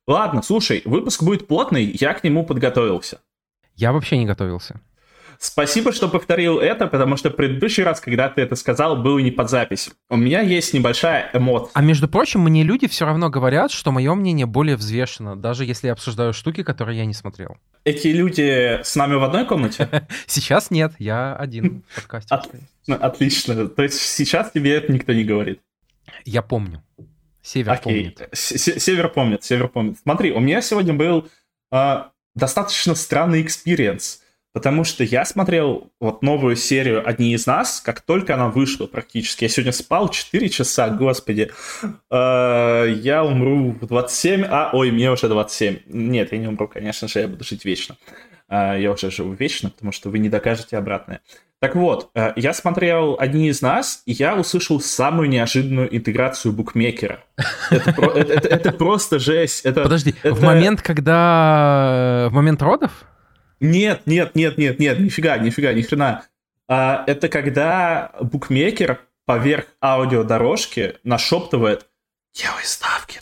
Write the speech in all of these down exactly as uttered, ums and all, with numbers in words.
Ладно, слушай, выпуск будет плотный, я к нему подготовился. Я вообще не готовился. Спасибо, что повторил это, потому что в предыдущий раз, когда ты это сказал, было не под запись. У меня есть небольшая эмоция. А между прочим, мне люди все равно говорят, что мое мнение более взвешено, даже если я обсуждаю штуки, которые я не смотрел. Эти люди с нами в одной комнате? Сейчас нет, я один в подкасте. От... Отлично. То есть сейчас тебе это никто не говорит? Я помню. Север Окей. помнит. С- Север помнит, Север помнит. Смотри, у меня сегодня был э, достаточно странный экспириенс. Потому что я смотрел вот новую серию «Одни из нас», как только она вышла практически. Я сегодня спал четыре часа, господи. Э, я умру в двадцать семь, а, ой, мне уже двадцать семь. Нет, я не умру, конечно же, я буду жить вечно. Э, я уже живу вечно, потому что вы не докажете обратное. Так вот, э, я смотрел «Одни из нас», и я услышал самую неожиданную интеграцию букмекера. Это, про, это, это, это просто жесть. Это, Подожди, это... в момент, когда... В момент родов? Нет, нет, нет, нет, нет, нифига, нифига, ни хрена. А, это когда букмекер поверх аудиодорожки нашептывает «Делай ставки».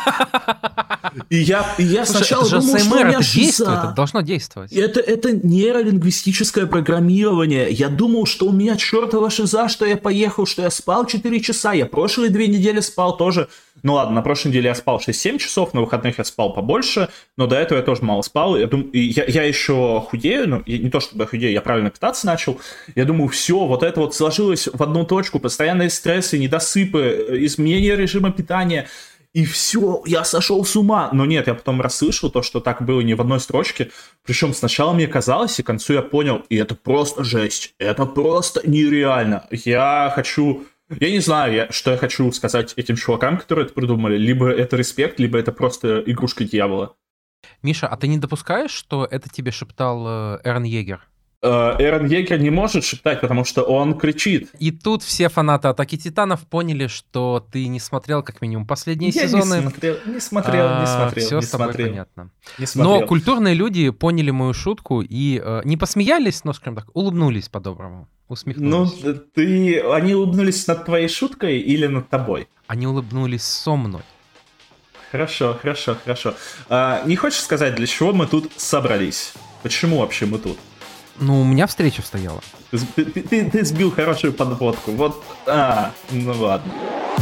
И я, и я Слушай, сначала это же думал, что у АСМР, меня это действует, шиза. это должно действовать. Это, это нейролингвистическое программирование. Я думал, что у меня чертова шиза, что я поехал, что я спал четыре часа. Я прошлые две недели спал тоже. Ну ладно, на прошлой неделе я спал шесть-семь часов, на выходных я спал побольше, но до этого я тоже мало спал. Я, дум... я, я еще худею, ну не то чтобы я худею, я правильно питаться начал. Я думаю, все, вот это вот сложилось в одну точку, постоянные стрессы, недосыпы, изменение режима питания. И все, я сошел с ума. Но нет, я потом расслышал то, что так было не в одной строчке. Причем сначала мне казалось, и к концу я понял, и это просто жесть. Это просто нереально. Я хочу... Я не знаю, я, что я хочу сказать этим чувакам, которые это придумали. Либо это респект, либо это просто игрушка дьявола. Миша, а ты не допускаешь, что это тебе шептал э, Эрен Йегер? Эрен Йегер не может шептать, потому что он кричит. И тут все фанаты «Атаки Титанов» поняли, что ты не смотрел как минимум последние я сезоны. не смотрел, не смотрел, не смотрел. Все не с тобой смотрел, понятно. Не смотрел. Но культурные люди поняли мою шутку и э, не посмеялись, но, скажем так, улыбнулись по-доброму, усмехнулись. Ну, ты... Они улыбнулись над твоей шуткой или над тобой? Они улыбнулись со мной. Хорошо, хорошо, хорошо. А, не хочешь сказать, для чего мы тут собрались? Почему вообще мы тут? Ну, у меня встреча стояла. Ты, ты, ты, ты сбил хорошую подводку. Вот, а, ну ладно.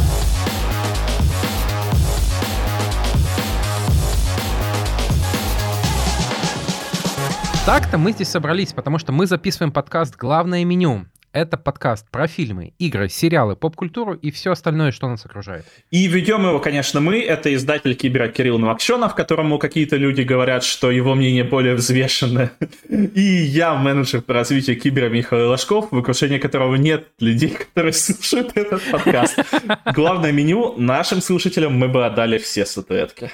Так-то мы здесь собрались, потому что мы записываем подкаст «Главное меню». Это подкаст про фильмы, игры, сериалы, поп-культуру и все остальное, что нас окружает. И ведем его, конечно, мы. Это издатель Кибера Кирилл Новоксенов, которому какие-то люди говорят, что его мнение более взвешенное. И я, менеджер по развитию Кибера Михаил Ложков, в окружении которого нет людей, которые слушают этот подкаст. Главное меню нашим слушателям мы бы отдали все статуэтки.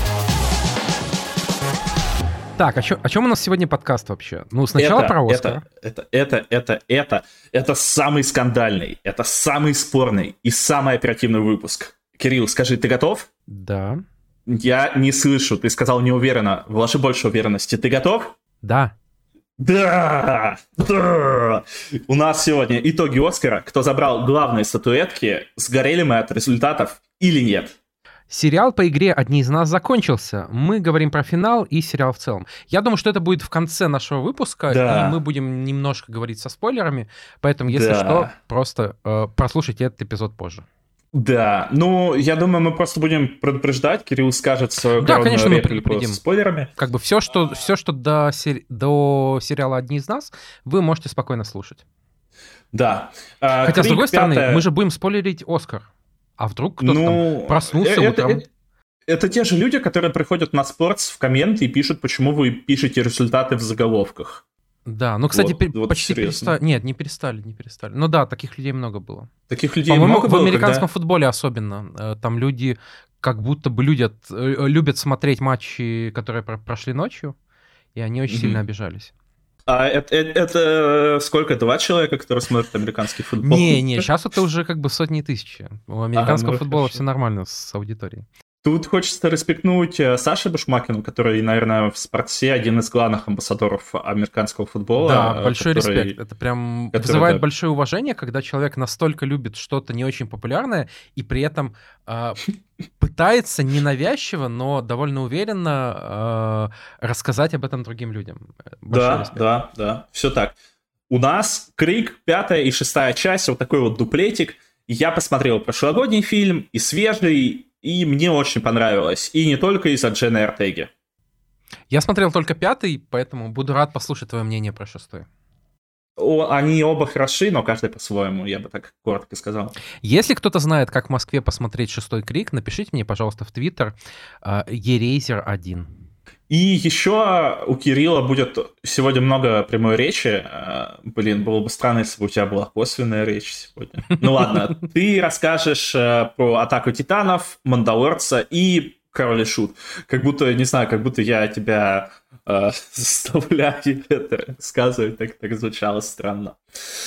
Так, о, чё, о чем у нас сегодня подкаст вообще? Ну, сначала это, про Оскар. Это, это, это, это, это, это самый скандальный, это самый спорный и самый оперативный выпуск. Кирилл, скажи, ты готов? Да. Я не слышу, ты сказал неуверенно. Вложи больше уверенности. Ты готов? Да. Да! Да! У нас сегодня итоги Оскара. Кто забрал главные статуэтки, сгорели мы от результатов или нет? Сериал по игре «Одни из нас» закончился. Мы говорим про финал и сериал в целом. Я думаю, что это будет в конце нашего выпуска, да. И мы будем немножко говорить со спойлерами, поэтому, если да. что, просто э, прослушайте этот эпизод позже. Да, ну, я думаю, мы просто будем предупреждать, Кирилл скажет свою да, конечно, мы предупредим. Со спойлерами. Как бы все, что, все, что до, сери... до сериала «Одни из нас», вы можете спокойно слушать. Да. Хотя, Крик, с другой пятая... стороны, мы же будем спойлерить «Оскар». А вдруг кто-то ну, там проснулся это, утром? Это, это те же люди, которые приходят на Спортс в комменты и пишут, почему вы пишете результаты в заголовках. Да, ну, кстати, вот, пер- вот почти серьезно. перестали. Нет, не перестали, не перестали. Ну да, таких людей много было. Таких людей По-моему, много в было, американском когда... футболе особенно. Там люди как будто бы люди, любят смотреть матчи, которые прошли ночью, и они очень mm-hmm. сильно обижались. А это, это, это сколько? Два человека, которые смотрят американский футбол? Не, не, сейчас это уже как бы сотни тысяч. У американского ага, ну, футбола хорошо. Все нормально с аудиторией. Тут хочется респектнуть Саше Бушмакину, который, наверное, в спорте один из главных амбассадоров американского футбола. Да, большой который, респект. Это прям который, вызывает да. большое уважение, когда человек настолько любит что-то не очень популярное и при этом э, пытается ненавязчиво, но довольно уверенно э, рассказать об этом другим людям. Большой да, респект. да, да, все так. У нас Крик, пятая и шестая часть, вот такой вот дуплетик. Я посмотрел прошлогодний фильм и свежий, и мне очень понравилось. И не только из-за Дженны Ортеги. Я смотрел только пятый, поэтому буду рад послушать твое мнение про шестой. О, они оба хороши, но каждый по-своему, я бы так коротко сказал. Если кто-то знает, как в Москве посмотреть шестой Крик, напишите мне, пожалуйста, в Твиттер Ерейзер один. И еще у Кирилла будет сегодня много прямой речи. Блин, было бы странно, если бы у тебя была косвенная речь сегодня. Ну ладно, ты расскажешь про Атаку Титанов, Мандалорца и Король и Шут. Как будто, не знаю, как будто я тебя э, заставляю это рассказывать, так, так звучало странно.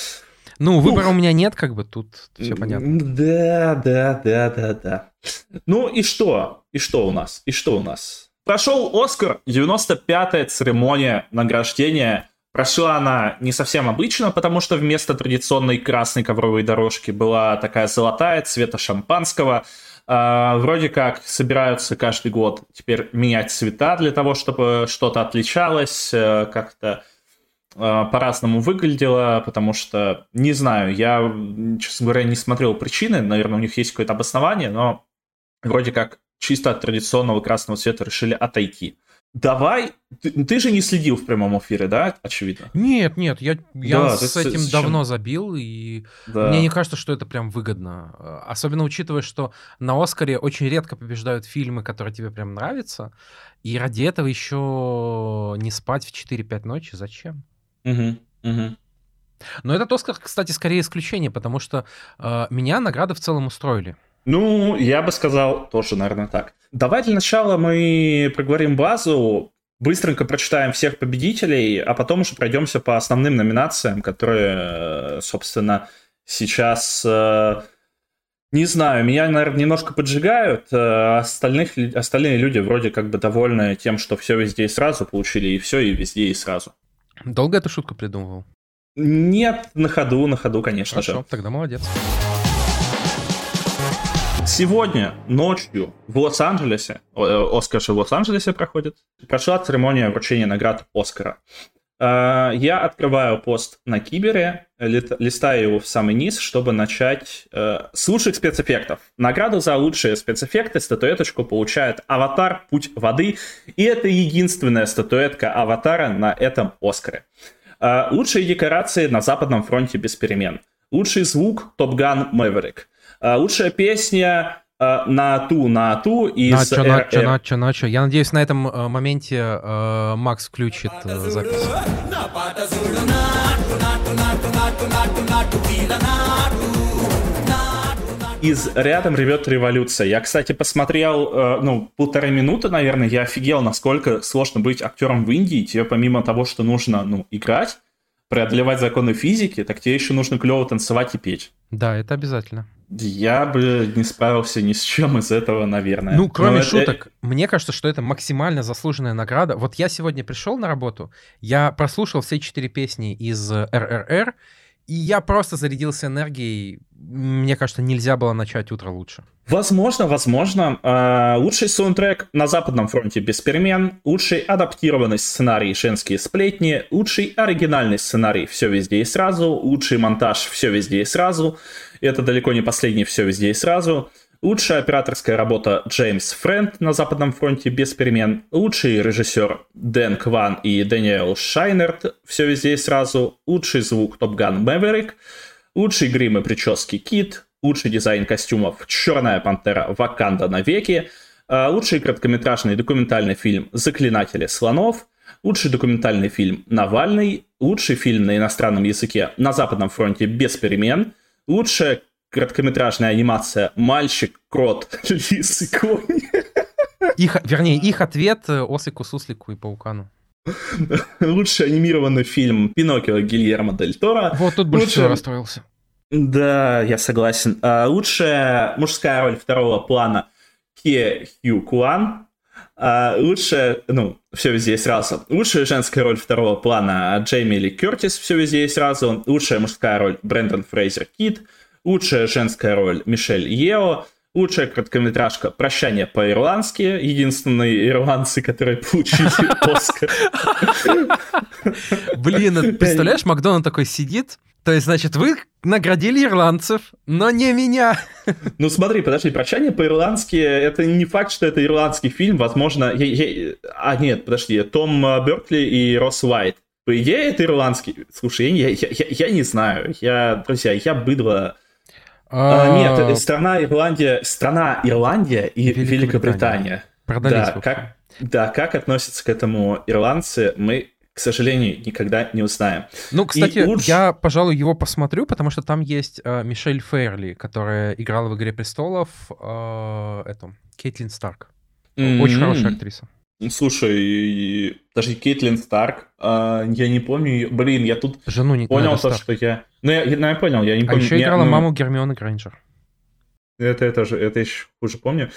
Ну, выбора Ух. у меня нет, как бы тут все понятно. Да, да, да, да, да. Ну и что? И что у нас? И что у нас? Прошел Оскар, девяносто пятая церемония награждения. Прошла она не совсем обычно, потому что вместо традиционной красной ковровой дорожки была такая золотая, цвета шампанского. Uh, вроде как собираются каждый год теперь менять цвета для того, чтобы что-то отличалось, uh, как-то uh, по-разному выглядело, потому что, не знаю, я, честно говоря, не смотрел причины, наверное, у них есть какое-то обоснование, но вроде как чисто от традиционного красного цвета решили отойти. Давай, ты, ты же не следил в прямом эфире, да, очевидно? Нет, нет, я, я да, с этим с давно забил, и да. мне не кажется, что это прям выгодно. Особенно учитывая, что на Оскаре очень редко побеждают фильмы, которые тебе прям нравятся, и ради этого еще не спать в четыре-пять ночи, зачем? Угу, угу. Но этот Оскар, кстати, скорее исключение, потому что э, меня награды в целом устроили. Ну, я бы сказал тоже, наверное, так. Давай для начала мы проговорим базу, быстренько прочитаем всех победителей, а потом уже пройдемся по основным номинациям, которые, собственно, сейчас, не знаю, меня, наверное, немножко поджигают. Остальных, остальные люди вроде как бы довольны тем, что все везде и сразу получили, и все, и везде, и сразу. Долго эту шутку придумывал? Нет, на ходу, на ходу, конечно Хорошо, же. Хорошо, тогда молодец. Сегодня ночью в Лос-Анджелесе, Оскар же в Лос-Анджелесе проходит, прошла церемония вручения наград Оскара. Я открываю пост на Кибере, листаю его в самый низ, чтобы начать с лучших спецэффектов. Награду за лучшие спецэффекты, статуэточку получает «Аватар. Путь воды», и это единственная статуэтка «Аватара» на этом Оскаре. Лучшие декорации на Западном фронте без перемен. Лучший звук Top Gun Maverick. Uh, лучшая песня uh, на ту, на ту из... Начо, начо, начо, начо. Я надеюсь, на этом uh, моменте uh, Макс включит uh, запись. Из «Рядом ревет революция». Я, кстати, посмотрел, uh, ну, полторы минуты, наверное, я офигел, насколько сложно быть актером в Индии. Тебе помимо того, что нужно, ну, играть, преодолевать законы физики, так тебе еще нужно клево танцевать и петь. Да, это обязательно. Я бы не справился ни с чем из этого, наверное. Ну, кроме Но шуток, это... мне кажется, что это максимально заслуженная награда. Вот я сегодня пришел на работу, я прослушал все четыре песни из эр эр эр, и я просто зарядился энергией. Мне кажется, нельзя было начать утро лучше. Возможно, возможно. Лучший саундтрек на Западном фронте без перемен, лучший адаптированный сценарий «Женские сплетни», лучший оригинальный сценарий «Все везде и сразу», лучший монтаж «Все везде и сразу», это далеко не последний «Все везде и сразу», лучшая операторская работа Джеймс Френд на Западном фронте без перемен, лучший режиссер Дэн Кван и Дэниэл Шайнерт «Все везде и сразу», лучший звук Top Gun Maverick, лучший грим и прически Кит, лучший дизайн костюмов «Черная пантера. Ваканда навеки», лучший короткометражный документальный фильм «Заклинатели слонов», лучший документальный фильм «Навальный», лучший фильм на иностранном языке «На Западном фронте без перемен», лучшая короткометражная анимация «Мальчик, крот, лис и конь». Их, вернее, их ответ «Ослику, суслику и паукану». Лучший анимированный фильм «Пиноккио» Гильермо Дель Торо. Вот тут больше всего расстроился. Да, я согласен. Лучшая мужская роль второго плана Ке Хью Куан. Uh, лучшая, ну, все везде и сразу. Лучшая женская роль второго плана Джейми Ли Кертис, все везде и сразу. Лучшая мужская роль Брэндон Фрейзер Кид. Лучшая женская роль Мишель Ео. Лучшая короткометражка «Прощание по-ирландски». Единственные ирландцы, которые получили Оскар. Блин, представляешь, Макдональд такой сидит. То есть, значит, вы наградили ирландцев, но не меня. Ну смотри, подожди, «Прощание по-ирландски» — это не факт, что это ирландский фильм, возможно... Я, я... А, нет, подожди, Том Беркли и Росс Уайт. По идее, это ирландский. Слушай, я, я, я, я не знаю. Я, друзья, я быдло... А... А, нет, страна Ирландия, страна Ирландия и Великобритания. Продались. Да, как, да, как относятся к этому ирландцы, мы... к сожалению, никогда не узнаем. Ну, кстати, лучше... я, пожалуй, его посмотрю, потому что там есть э, Мишель Фейрли, которая играла в «Игре престолов» э, эту, Кейтлин Старк. Mm-hmm. Очень хорошая актриса. Слушай, даже Кейтлин Старк, э, я не помню ее. Блин, я тут Жену не понял то, что я... Ну, я, я, ну, я понял, я не помню. А еще играла не, ну... маму Гермионы Грейнджер. Это, это, же, это еще хуже помню.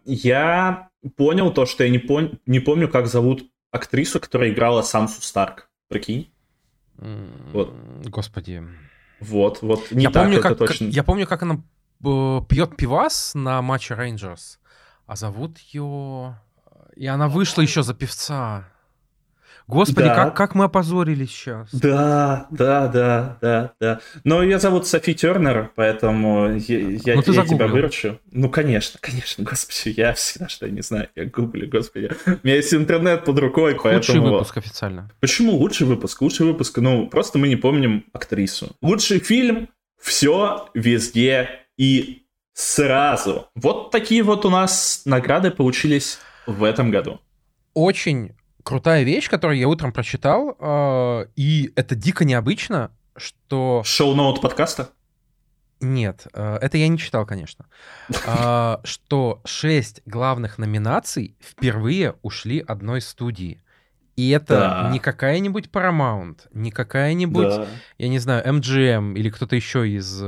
Я понял то, что я не, пон... не помню, как зовут актрису, которая играла Сансу Старк. Прикинь? Mm, вот. Господи. Вот, вот. Не я, так помню, это как, точно. Как, я помню, как она э, пьет пивас на матче Рейнджерс. А зовут ее... И она вышла еще за певца. Господи, да. как, как мы опозорились сейчас. Да, да, да, да, да. Но ее зовут Софи Тернер, поэтому я, я, я тебя выручу. Ну, конечно, конечно, господи, я всегда что я не знаю, я гуглю, господи. У меня есть интернет под рукой, Худший поэтому... Лучший выпуск официально. Почему лучший выпуск? Лучший выпуск, ну, просто мы не помним актрису. Лучший фильм, все, везде и сразу. Вот такие вот у нас награды получились в этом году. Очень... крутая вещь, которую я утром прочитал, э, и это дико необычно, что... Шоу-ноут подкаста? Нет, э, это я не читал, конечно. Э, что шесть главных номинаций впервые ушли одной студии. И это да. не какая-нибудь Paramount, не какая-нибудь, да. я не знаю, эм джи эм или кто-то еще из,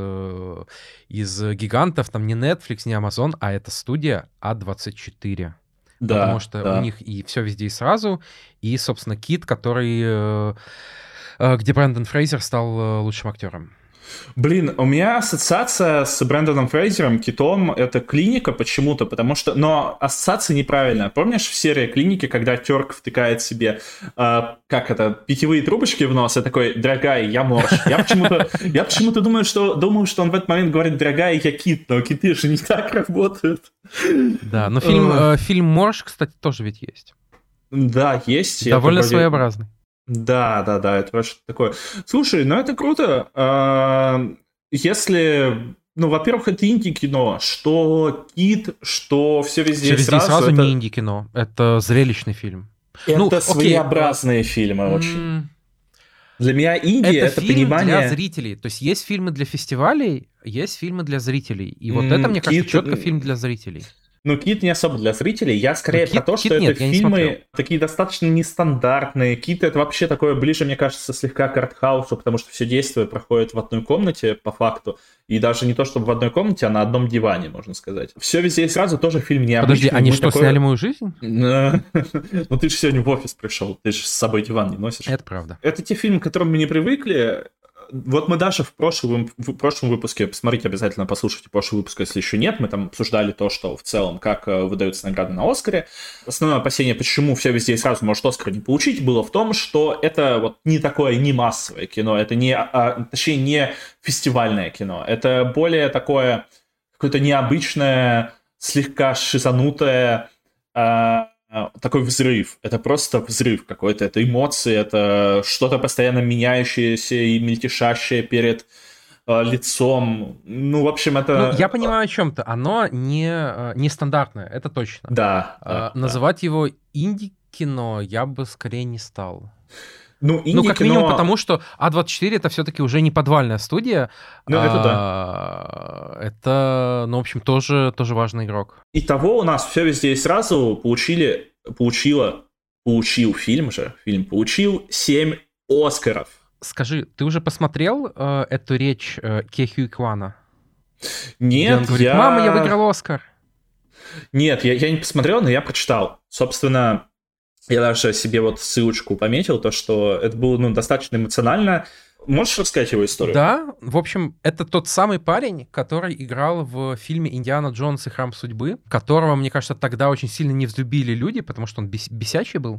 из гигантов, там не Netflix, не Amazon, а это студия а двадцать четыре. Да, потому что да. у них и все везде и сразу, и, собственно, Кит, который, где Брэндон Фрейзер стал лучшим актером. Блин, у меня ассоциация с Брэндоном Фрейзером, Китом, это «Клиника» почему-то, потому что... Но ассоциация неправильная. Помнишь в серии «Клиники», когда Тёрк втыкает себе, э, как это, питьевые трубочки в нос, и такой: «Дорогая, я морж». Я почему-то, я почему-то думаю, что, думал, что он в этот момент говорит: «Дорогая, я кит», но киты же не так работают. Да, но фильм, э, фильм «Морж», кстати, тоже ведь есть. Да, есть. Довольно вроде... своеобразный. Да, да, да, это что-то такое. Слушай, ну это круто. Если, ну, во-первых, это инди-кино, что Кит, что все везде, все везде сразу. сразу это... не инди-кино, это зрелищный фильм. Это ну, своеобразные окей. фильмы mm. очень. Для меня инди это, это фильм понимание... для зрителей. То есть есть фильмы для фестивалей, есть фильмы для зрителей. И вот mm, это, мне Кит... кажется, четко фильм для зрителей. Ну, Кит не особо для зрителей. Я скорее ну, про Кит, то, что Кит это нет, фильмы такие достаточно нестандартные. Кит — это вообще такое ближе, мне кажется, слегка к артхаусу, потому что все действие проходит в одной комнате, по факту. И даже не то, чтобы в одной комнате, а на одном диване, можно сказать. Все везде и сразу тоже фильм необычный. Подожди, они что, такое... сняли мою жизнь? Ну, ты же сегодня в офис пришел, ты же с собой диван не носишь. Это правда. Это те фильмы, к которым мы не привыкли. Вот мы даже в прошлом, в прошлом выпуске, посмотрите обязательно, послушайте прошлый выпуск, если еще нет, мы там обсуждали то, что в целом, как выдаются награды на Оскаре. Основное опасение, почему все везде и сразу может Оскар не получить, было в том, что это вот не такое, не массовое кино, это не, а, точнее, не фестивальное кино, это более такое, какое-то необычное, слегка шизанутое, а, такой взрыв. Это просто взрыв какой-то. Это эмоции, это что-то постоянно меняющееся и мельтешащее перед э, лицом. Ну, в общем, это... Ну, я понимаю о чем-то. Оно не, не стандартное, это точно. Да. А, да называть да. его инди-кино я бы скорее не стал. Ну, ну, как минимум, потому что а двадцать четыре это все-таки уже не подвальная студия. Ну, это а, да. Это, ну, в общем, тоже, тоже важный игрок. Итого у нас все везде и сразу получили, получила, получил фильм же, фильм получил семь Оскаров. Скажи, ты уже посмотрел э, эту речь э, Ке Хью Квана? Нет, он говорит: я... «Мама, я выиграл Оскар». Нет, я, я не посмотрел, но я прочитал. Собственно, я даже себе вот ссылочку пометил, то, что это было, ну, достаточно эмоционально. Можешь рассказать его историю? Да, в общем, это тот самый парень, который играл в фильме «Индиана Джонс и храм судьбы», которого, мне кажется, тогда очень сильно не взлюбили люди, потому что он бес- бесячий был.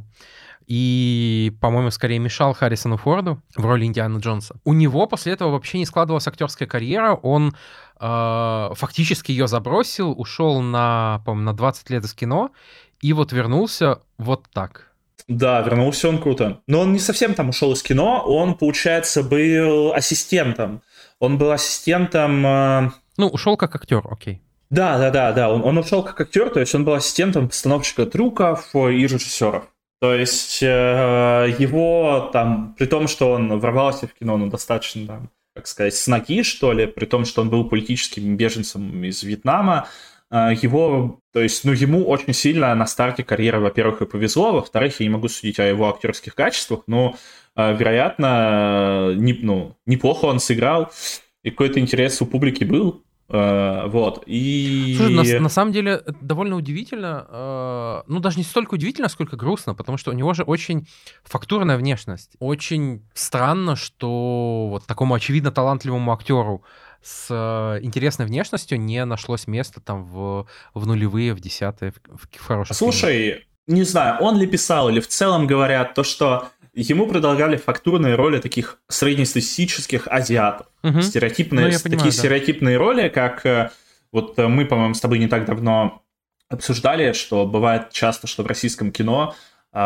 И, по-моему, скорее мешал Харрисону Форду в роли Индиана Джонса. У него после этого вообще не складывалась актерская карьера, он э, фактически ее забросил, ушел на, по-моему, на двадцать лет из кино, и вот вернулся вот так. Да, вернулся он круто. Но он не совсем там ушел из кино, он, получается, был ассистентом. Он был ассистентом... Э... Ну, ушел как актер, окей. Да, да, да, да. Он, он ушел как актер, то есть он был ассистентом постановщика трюков и режиссеров. То есть э, его там, при том, что он ворвался в кино, ну, достаточно, там, как сказать, с ноги, что ли, при том, что он был политическим беженцем из Вьетнама, э, его, то есть, ну, ему очень сильно на старте карьеры, во-первых, и повезло, во-вторых, я не могу судить о его актерских качествах, но, э, вероятно, не, ну, неплохо он сыграл, и какой-то интерес у публики был. Uh, вот, и... Слушай, на, на самом деле, это довольно удивительно, э, ну, даже не столько удивительно, сколько грустно, потому что у него же очень фактурная внешность. Очень странно, что вот такому очевидно талантливому актеру с э, интересной внешностью не нашлось места там в, в нулевые, в десятые, в, в хороших Слушай, фильмах. Не знаю, он ли писал, или в целом говорят то, что ему предлагали фактурные роли таких среднестатистических азиатов. Угу. Стереотипные, ну, такие понимаю, стереотипные да. роли, как вот мы, по-моему, с тобой не так давно обсуждали, что бывает часто, что в российском кино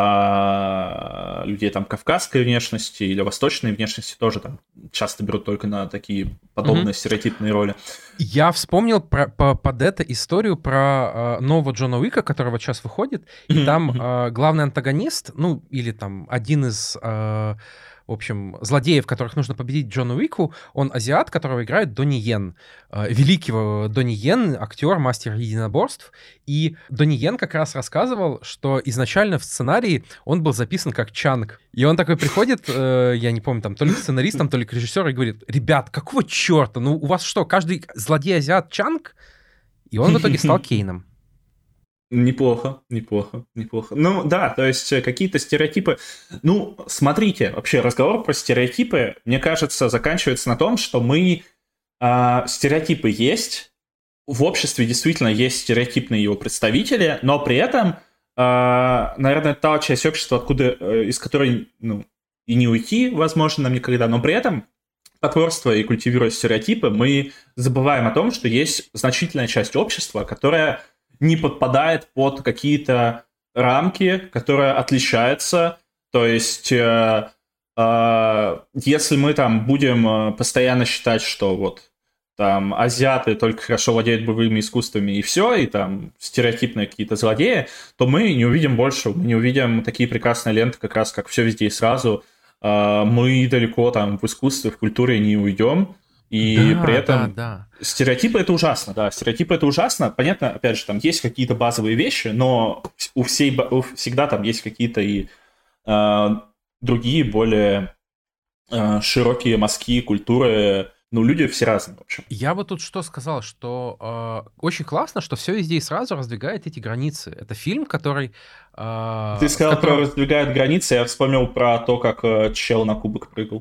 а, людей там кавказской внешности или восточной внешности тоже там часто берут только на такие подобные угу. стереотипные роли. Я вспомнил про, по, под это историю про э, нового Джона Уика, которого сейчас выходит, и mm-hmm. там э, главный антагонист, ну, или там один из, э, в общем, злодеев, которых нужно победить Джону Уику, он азиат, которого играет Донни Йен. Э, великий Донни Йен, актер, мастер единоборств. И Донни Йен как раз рассказывал, что изначально в сценарии он был записан как Чанг. И он такой приходит, э, я не помню, там, то ли к сценаристам, то ли к режиссеру, и говорит: ребят, какого черта? Ну, у вас что, каждый злодей-азиат Чанг? И он в итоге стал Кейном. Неплохо, неплохо, неплохо. Ну, да, то есть какие-то стереотипы... Ну, смотрите, вообще разговор про стереотипы, мне кажется, заканчивается на том, что мы... Э, стереотипы есть, в обществе действительно есть стереотипные его представители, но при этом, э, наверное, та часть общества, откуда, э, из которой, ну, и не уйти, возможно, нам никогда, но при этом, потворствуя и культивируя стереотипы, мы забываем о том, что есть значительная часть общества, которая не подпадает под какие-то рамки, которые отличаются. То есть, э, э, если мы там будем постоянно считать, что вот там азиаты только хорошо владеют боевыми искусствами и все, и там стереотипные какие-то злодеи, то мы не увидим больше, мы не увидим такие прекрасные ленты, как раз как «Все везде и сразу». Э, мы далеко там в искусстве, в культуре не уйдем. И да, при этом да, да. стереотипы — это ужасно, да, стереотипы — это ужасно. Понятно, опять же, там есть какие-то базовые вещи, но у всей, у, всегда там есть какие-то и э, другие, более э, широкие мазки, культуры. Ну, люди все разные, в общем. Я бы тут что сказал, что э, очень классно, что «Все везде и сразу» раздвигает эти границы. Это фильм, который... Э, Ты сказал, которым... про раздвигает границы, я вспомнил про то, как э, чел на кубок прыгал.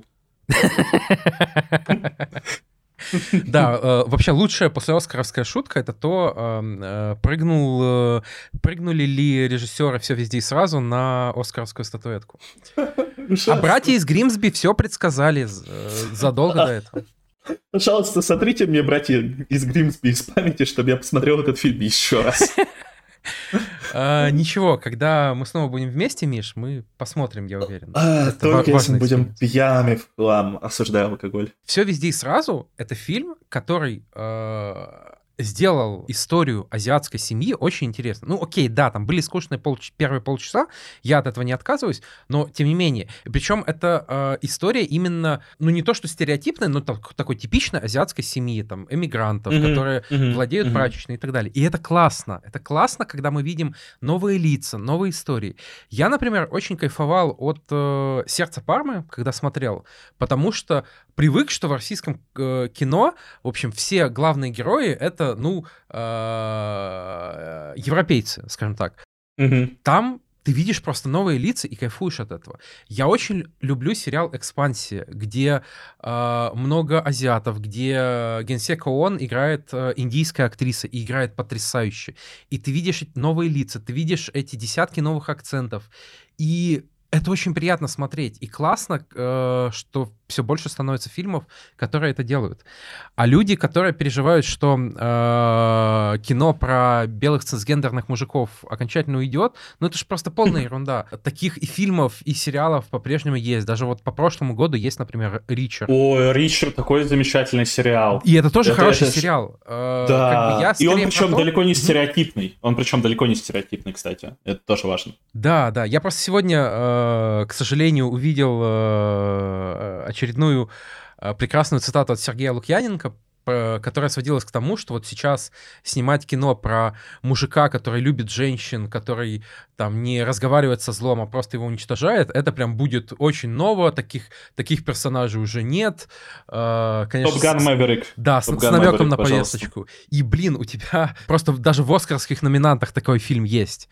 Да, э, вообще лучшая послеоскаровская шутка — это то, э, прыгнул, э, прыгнули ли режиссеры «Все везде и сразу» на оскаровскую статуэтку. А братья из Гримсби все предсказали э, задолго до этого. Пожалуйста, сотрите мне «Братья из Гримсби» из памяти, чтобы я посмотрел этот фильм еще раз. А, ничего, когда мы снова будем вместе, Миш, мы посмотрим, я уверен. А, только если мы будем пьяными в хлам, осуждая алкоголь. «Все везде и сразу» — это фильм, который э, сделал историю азиатской семьи очень интересно. Ну, окей, да, там были скучные пол, первые полчаса, я от этого не отказываюсь, но тем не менее. Причем это э, история именно, ну, не то что стереотипная, но так, такой типичной азиатской семьи, там, эмигрантов, mm-hmm. которые mm-hmm. владеют mm-hmm. прачечной и так далее. И это классно. Это классно, когда мы видим новые лица, новые истории. Я, например, очень кайфовал от э, «Сердца Пармы», когда смотрел, потому что привык, что в российском э, кино, в общем, все главные герои — это это, ну, европейцы, скажем так. Угу. Там ты видишь просто новые лица и кайфуешь от этого. Я очень люблю сериал «Экспансия», где э, много азиатов, где генсек ООН играет э, индийская актриса и играет потрясающе. И ты видишь новые лица, ты видишь эти десятки новых акцентов. И это очень приятно смотреть. И классно, э, что все больше становится фильмов, которые это делают. А люди, которые переживают, что э, кино про белых цисгендерных мужиков окончательно уйдет, ну это же просто полная ерунда. Таких и фильмов, и сериалов по-прежнему есть. Даже вот по прошлому году есть, например, «Ричард». О, «Ричард» такой замечательный сериал. И это тоже это, хороший это... сериал. Э, да, как бы я и он причем то... далеко не стереотипный. Он причем далеко не стереотипный, кстати. Это тоже важно. Да, да. Я просто сегодня, э, к сожалению, увидел э, очередную э, прекрасную цитату от Сергея Лукьяненко, которая сводилась к тому, что вот сейчас снимать кино про мужика, который любит женщин, который там не разговаривает со злом, а просто его уничтожает, это прям будет очень ново, таких, таких персонажей уже нет. Конечно, Top Gun Maverick. Да, с, с намеком Maverick, на повесточку. Пожалуйста. И, блин, у тебя просто даже в оскарских номинантах такой фильм есть.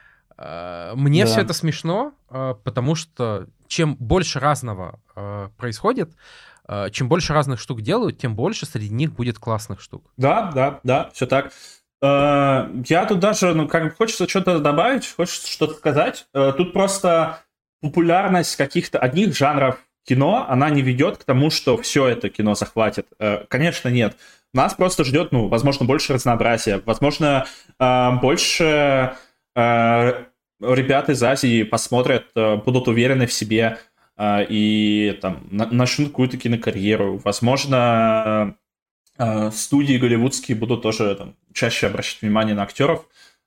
Мне да. все это смешно, потому что чем больше разного происходит, чем больше разных штук делают, тем больше среди них будет классных штук. Да, да, да, все так. Я тут даже, ну, как бы хочется что-то добавить, хочется что-то сказать. Тут просто популярность каких-то одних жанров кино, она не ведет к тому, что все это кино захватит. Конечно, нет. Нас просто ждет, ну, возможно, больше разнообразия, возможно, больше ребят из Азии посмотрят, будут уверены в себе, и там начнут какую-то кинокарьеру. Возможно, студии голливудские будут тоже там чаще обращать внимание на актеров.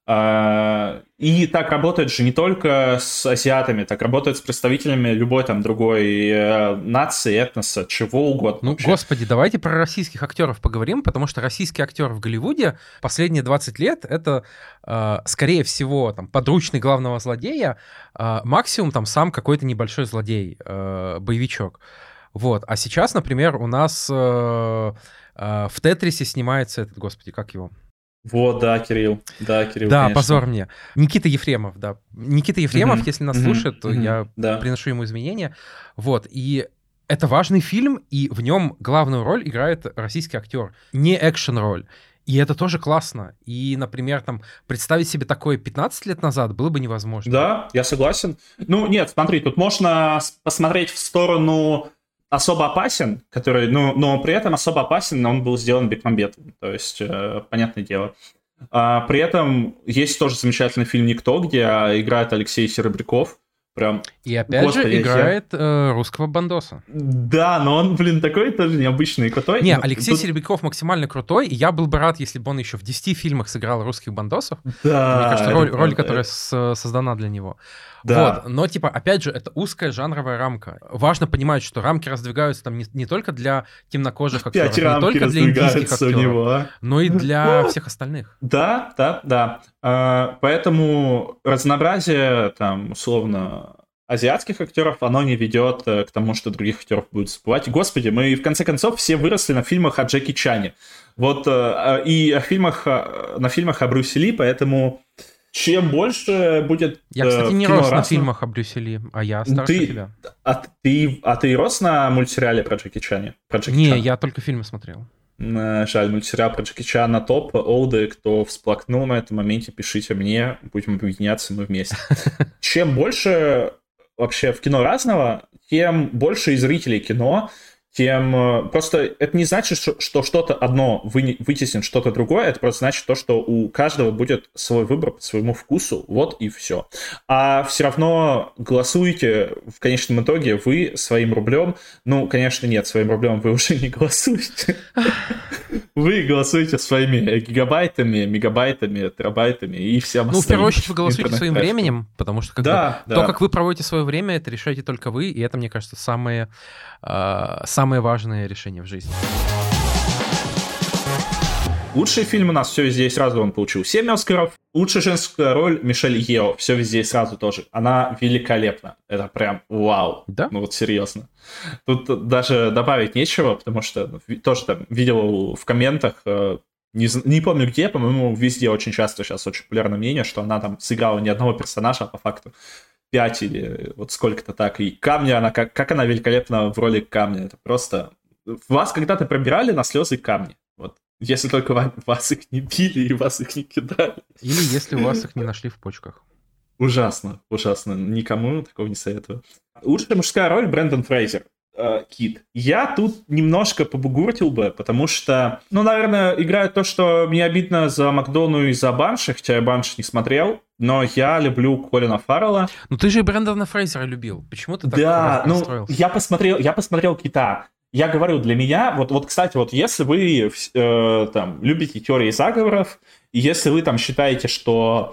И так работает же не только с азиатами, так работает с представителями любой там другой нации, этноса, чего угодно. Ну, вообще. Господи, давайте про российских актеров поговорим, потому что российский актер в Голливуде последние двадцать лет — это, скорее всего, там, подручный главного злодея, максимум там сам какой-то небольшой злодей, боевичок. Вот. А сейчас, например, у нас в «Тетрисе» снимается этот, господи, как его? Вот, да, Кирилл, да, Кирилл, Да, конечно. позор мне. Никита Ефремов, да. Никита Ефремов, mm-hmm. если нас mm-hmm. слушает, то mm-hmm. я да. приношу ему извинения. Вот, и это важный фильм, и в нем главную роль играет российский актер, не экшен-роль. И это тоже классно. И, например, там, представить себе такое пятнадцать лет назад было бы невозможно. Да, я согласен. Ну, нет, смотри, тут можно посмотреть в сторону... «Особо опасен», который, ну, но при этом «Особо опасен», он был сделан Бекмамбетовым, то есть, э, понятное дело. А, при этом есть тоже замечательный фильм «Никто», где играет Алексей Серебряков. Прям, и опять Господи, же играет я... э, русского бандоса. Да, но он, блин, такой тоже необычный и крутой. Не, но Алексей тут... Серебряков максимально крутой, и я был бы рад, если бы он еще в десяти фильмах сыграл русских бандосов. Да. Мне кажется, роль, роль которая с, создана для него. Да. Вот. Но, типа, опять же, это узкая жанровая рамка. Важно понимать, что рамки раздвигаются там не, не только для темнокожих актеров, не только для индийских актеров, него. но и для всех остальных. Да, да, да. А, поэтому разнообразие, там, условно... азиатских актеров, оно не ведет к тому, что других актеров будут забывать. Господи, мы в конце концов все выросли на фильмах о Джеки Чане. Вот, и о фильмах, на фильмах о Брюсе Ли, поэтому чем больше будет... Я, кстати, не рос на фильмах о Брюсе Ли, а я старше ты, тебя. А ты, а ты рос на мультсериале про Джеки Чане? Про Джеки не, Чана? Я только фильмы смотрел. Жаль, мультсериал про Джеки Чана топ. Олды, кто всплакнул на этом моменте, пишите мне, будем объединяться мы вместе. Чем больше... вообще в кино разного, тем больше и зрителей кино, тем... Просто это не значит, что, что что-то одно вы, вытеснит что-то другое, это просто значит то, что у каждого будет свой выбор по своему вкусу, вот и все. А все равно голосуете в конечном итоге вы своим рублем. Ну, конечно, нет, своим рублем вы уже не голосуете. Вы голосуете своими гигабайтами, мегабайтами, терабайтами и всем остальным. Ну, в первую очередь, вы голосуете своим временем, потому что как да, бы, да. то, как вы проводите свое время, это решаете только вы, и это, мне кажется, самые, э, самые важные решения в жизни. Лучший фильм у нас «Все везде и сразу» он получил семь Оскаров. Лучшая женская роль Мишель Ео. «Все везде и сразу» тоже. Она великолепна. Это прям вау. Да? Ну вот серьезно. Тут даже добавить нечего, потому что тоже там видел в комментах Не, не помню где, по-моему, везде очень часто сейчас очень популярное мнение, что она там сыграла не одного персонажа, а по факту пять или вот сколько-то так. И Камня, она как, как она великолепна в роли Камня. Это просто... Вас когда-то пробирали на слезы Камни. Вот. Если только вам, вас их не били и вас их не кидали. Или если у вас их не нашли в почках. Ужасно, ужасно. Никому такого не советую. Лучшая мужская роль Брэндон Фрейзер. Кит. Я тут немножко побугуртил бы, потому что, ну, наверное, играет то, что мне обидно за Макдону и за Банши, хотя я Банши не смотрел, но я люблю Колина Фаррелла. Ну, ты же и Брэндона Фрейзера любил. Почему ты так да, расстроился? Ну, я посмотрел, я посмотрел Кита. Я говорю, для меня, вот, вот кстати, вот если вы э, там, любите теории заговоров, и если вы там считаете, что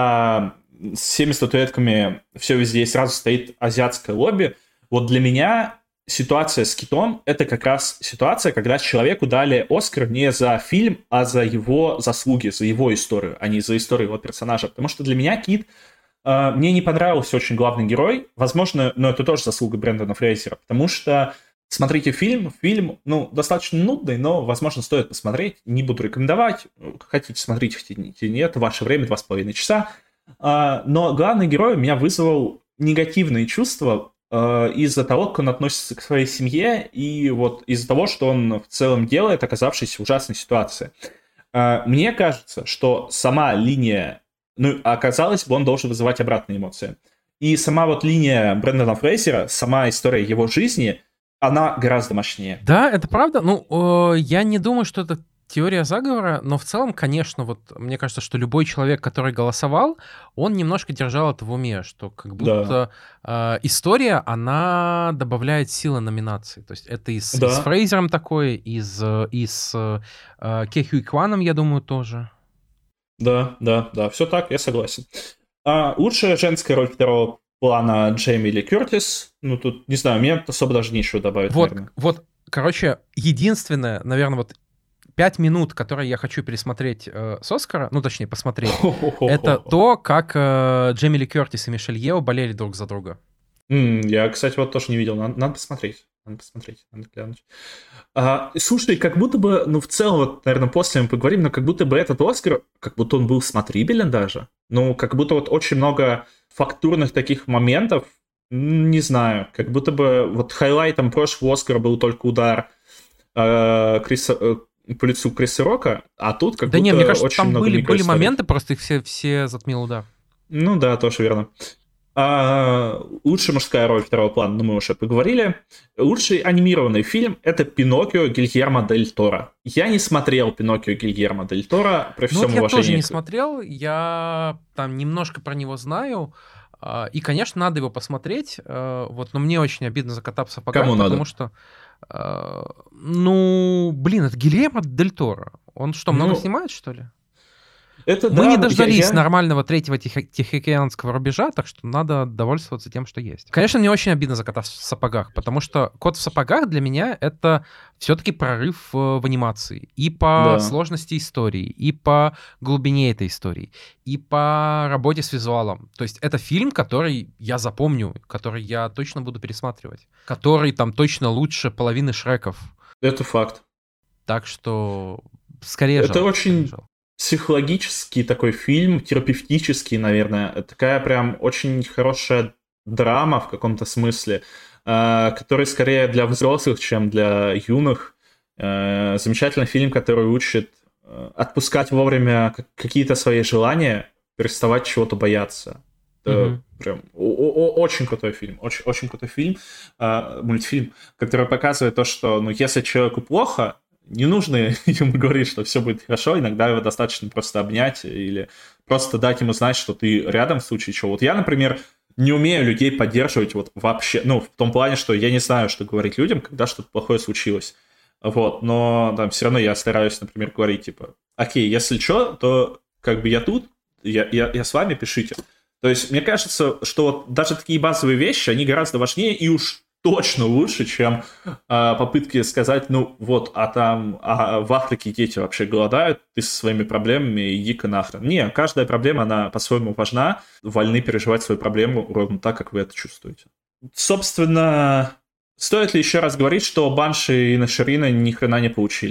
за всеми статуэтками все везде сразу стоит азиатское лобби, вот для меня... Ситуация с Китом — это как раз ситуация, когда человеку дали Оскар не за фильм, а за его заслуги, за его историю, а не за историю его персонажа. Потому что для меня Кит... Э, мне не понравился очень главный герой. Возможно, но это тоже заслуга Брэндона Фрейзера. Потому что, смотрите фильм, фильм, ну, достаточно нудный, но, возможно, стоит посмотреть. Не буду рекомендовать. Хотите смотреть, хотите нет. Ваше время два с половиной часа. Э, но главный герой у меня вызвал негативные чувства из-за того, как он относится к своей семье, и вот из-за того, что он в целом делает, оказавшись в ужасной ситуации. Мне кажется, что сама линия, ну, оказалось бы, он должен вызывать обратные эмоции. И сама вот линия Брэндона Фрейзера, сама история его жизни, она гораздо мощнее. Да, это правда. Ну, э, я не думаю, что это теория заговора, но в целом, конечно, вот мне кажется, что любой человек, который голосовал, он немножко держал это в уме, что как будто да. э, история, она добавляет силы номинации. То есть это и с, да. и с Фрейзером такое, и с, и с э, Ке Хьюи Кваном, я думаю, тоже. Да, да, да, все так, я согласен. А лучшая женская роль второго плана Джейми Ли Кертис. Ну, тут, не знаю, мне особо даже нечего добавить, вот, наверное. Вот, короче, единственное, наверное, вот пять минут, которые я хочу пересмотреть э, с Оскара, ну, точнее, посмотреть, это то, как э, Джейми Ли Кертис и Мишель Ео болели друг за друга. Mm, я, кстати, вот тоже не видел. Надо, надо посмотреть. Надо посмотреть, надо глянуть. А, слушай, как будто бы, ну, в целом, вот, наверное, после мы поговорим, но как будто бы этот Оскар, как будто он был смотрибелен даже. Ну, как будто вот очень много фактурных таких моментов, не знаю, как будто бы вот хайлайтом прошлого Оскара был только удар э, Криса... Э, по лицу Криса Рока, а тут как да будто не, мне кажется, очень там много были, были микроисторий. моменты, просто их все, все затмил удар. Ну да, тоже верно. А, лучшая мужская роль второго плана, ну мы уже поговорили. Лучший анимированный фильм — это «Пиноккио» Гильермо дель Торо. Я не смотрел «Пиноккио» Гильермо дель Торо, при всем ну, вот уважении. Я тоже не смотрел, я там немножко про него знаю. И, конечно, надо его посмотреть, вот, но мне очень обидно за кота в сапогах, Кому потому надо? что, ну, блин, это Гильермо дель Торо. Он что, много ну, снимает, что ли? Это, Мы да, не дождались я... нормального третьего тихо- Тихоокеанского рубежа, так что надо довольствоваться тем, что есть. Конечно, мне очень обидно за кота в сапогах, потому что кот в сапогах для меня это все-таки прорыв в анимации. И по да. сложности истории, и по глубине этой истории, и по работе с визуалом. То есть это фильм, который я запомню, который я точно буду пересматривать. Который там точно лучше половины Шреков. Это факт. Так что скорее Это жал, очень... жал. Психологический такой фильм, терапевтический, наверное. Такая прям очень хорошая драма в каком-то смысле, э, который скорее для взрослых, чем для юных. Э, замечательный фильм, который учит э, отпускать вовремя какие-то свои желания, переставать чего-то бояться. Это mm-hmm. прям очень крутой фильм. Очень, очень крутой фильм, э, мультфильм, который показывает то, что ну, если человеку плохо, не нужно ему говорить, что все будет хорошо, иногда его достаточно просто обнять или просто дать ему знать, что ты рядом в случае чего. Вот я, например, не умею людей поддерживать вот вообще, ну, в том плане, что я не знаю, что говорить людям, когда что-то плохое случилось. Вот, но там все равно я стараюсь, например, говорить, типа, окей, если что, то как бы я тут, я, я, я с вами, пишите. То есть мне кажется, что вот даже такие базовые вещи, они гораздо важнее и уж точно лучше, чем э, попытки сказать, ну вот, а там а в Африке дети вообще голодают, ты со своими проблемами иди-ка нахрен. Не, каждая проблема, она по-своему важна, вольны переживать свою проблему ровно так, как вы это чувствуете. Собственно, стоит ли еще раз говорить, что Банши и Наширина ни хрена не получили?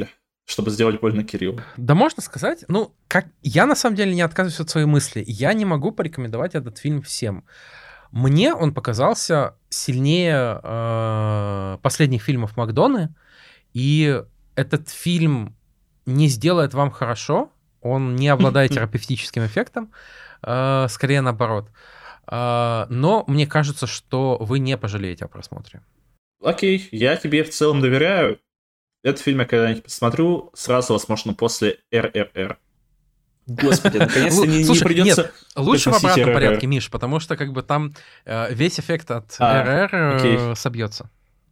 чтобы сделать больно Кириллу. Да можно сказать. Ну, как я на самом деле не отказываюсь от своей мысли. Я не могу порекомендовать этот фильм всем. Мне он показался сильнее э, последних фильмов Макдоны, и этот фильм не сделает вам хорошо, он не обладает терапевтическим эффектом, э, скорее наоборот. Э, но мне кажется, что вы не пожалеете о просмотре. Окей, я тебе в целом доверяю. Этот фильм я когда-нибудь посмотрю, сразу, возможно, после эр эр эр. Господи, наконец-то не, Слушай, не придется... Нет, лучше в обратном порядке, Миш, потому что как бы там э, весь эффект от а, эр эр эр э, собьется.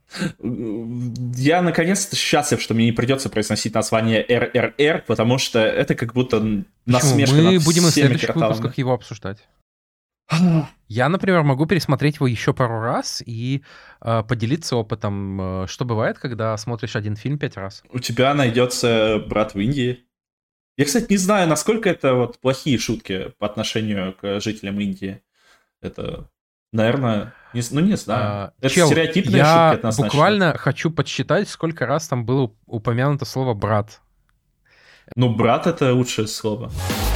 Я наконец-то счастлив, что мне не придется произносить название эр эр эр, потому что это как будто насмешка Мы над будем и в следующих карталами. выпусках его обсуждать. Я, например, могу пересмотреть его еще пару раз и э, поделиться опытом, э, что бывает, когда смотришь один фильм пять раз. У тебя найдется брат в Индии. Я, кстати, не знаю, насколько это вот плохие шутки по отношению к жителям Индии. Это, наверное, не, ну не знаю. А, это чел, стереотипные я шутки однозначно. Буквально хочу подсчитать, сколько раз там было упомянуто слово «брат». Ну, брат — это лучшее слово.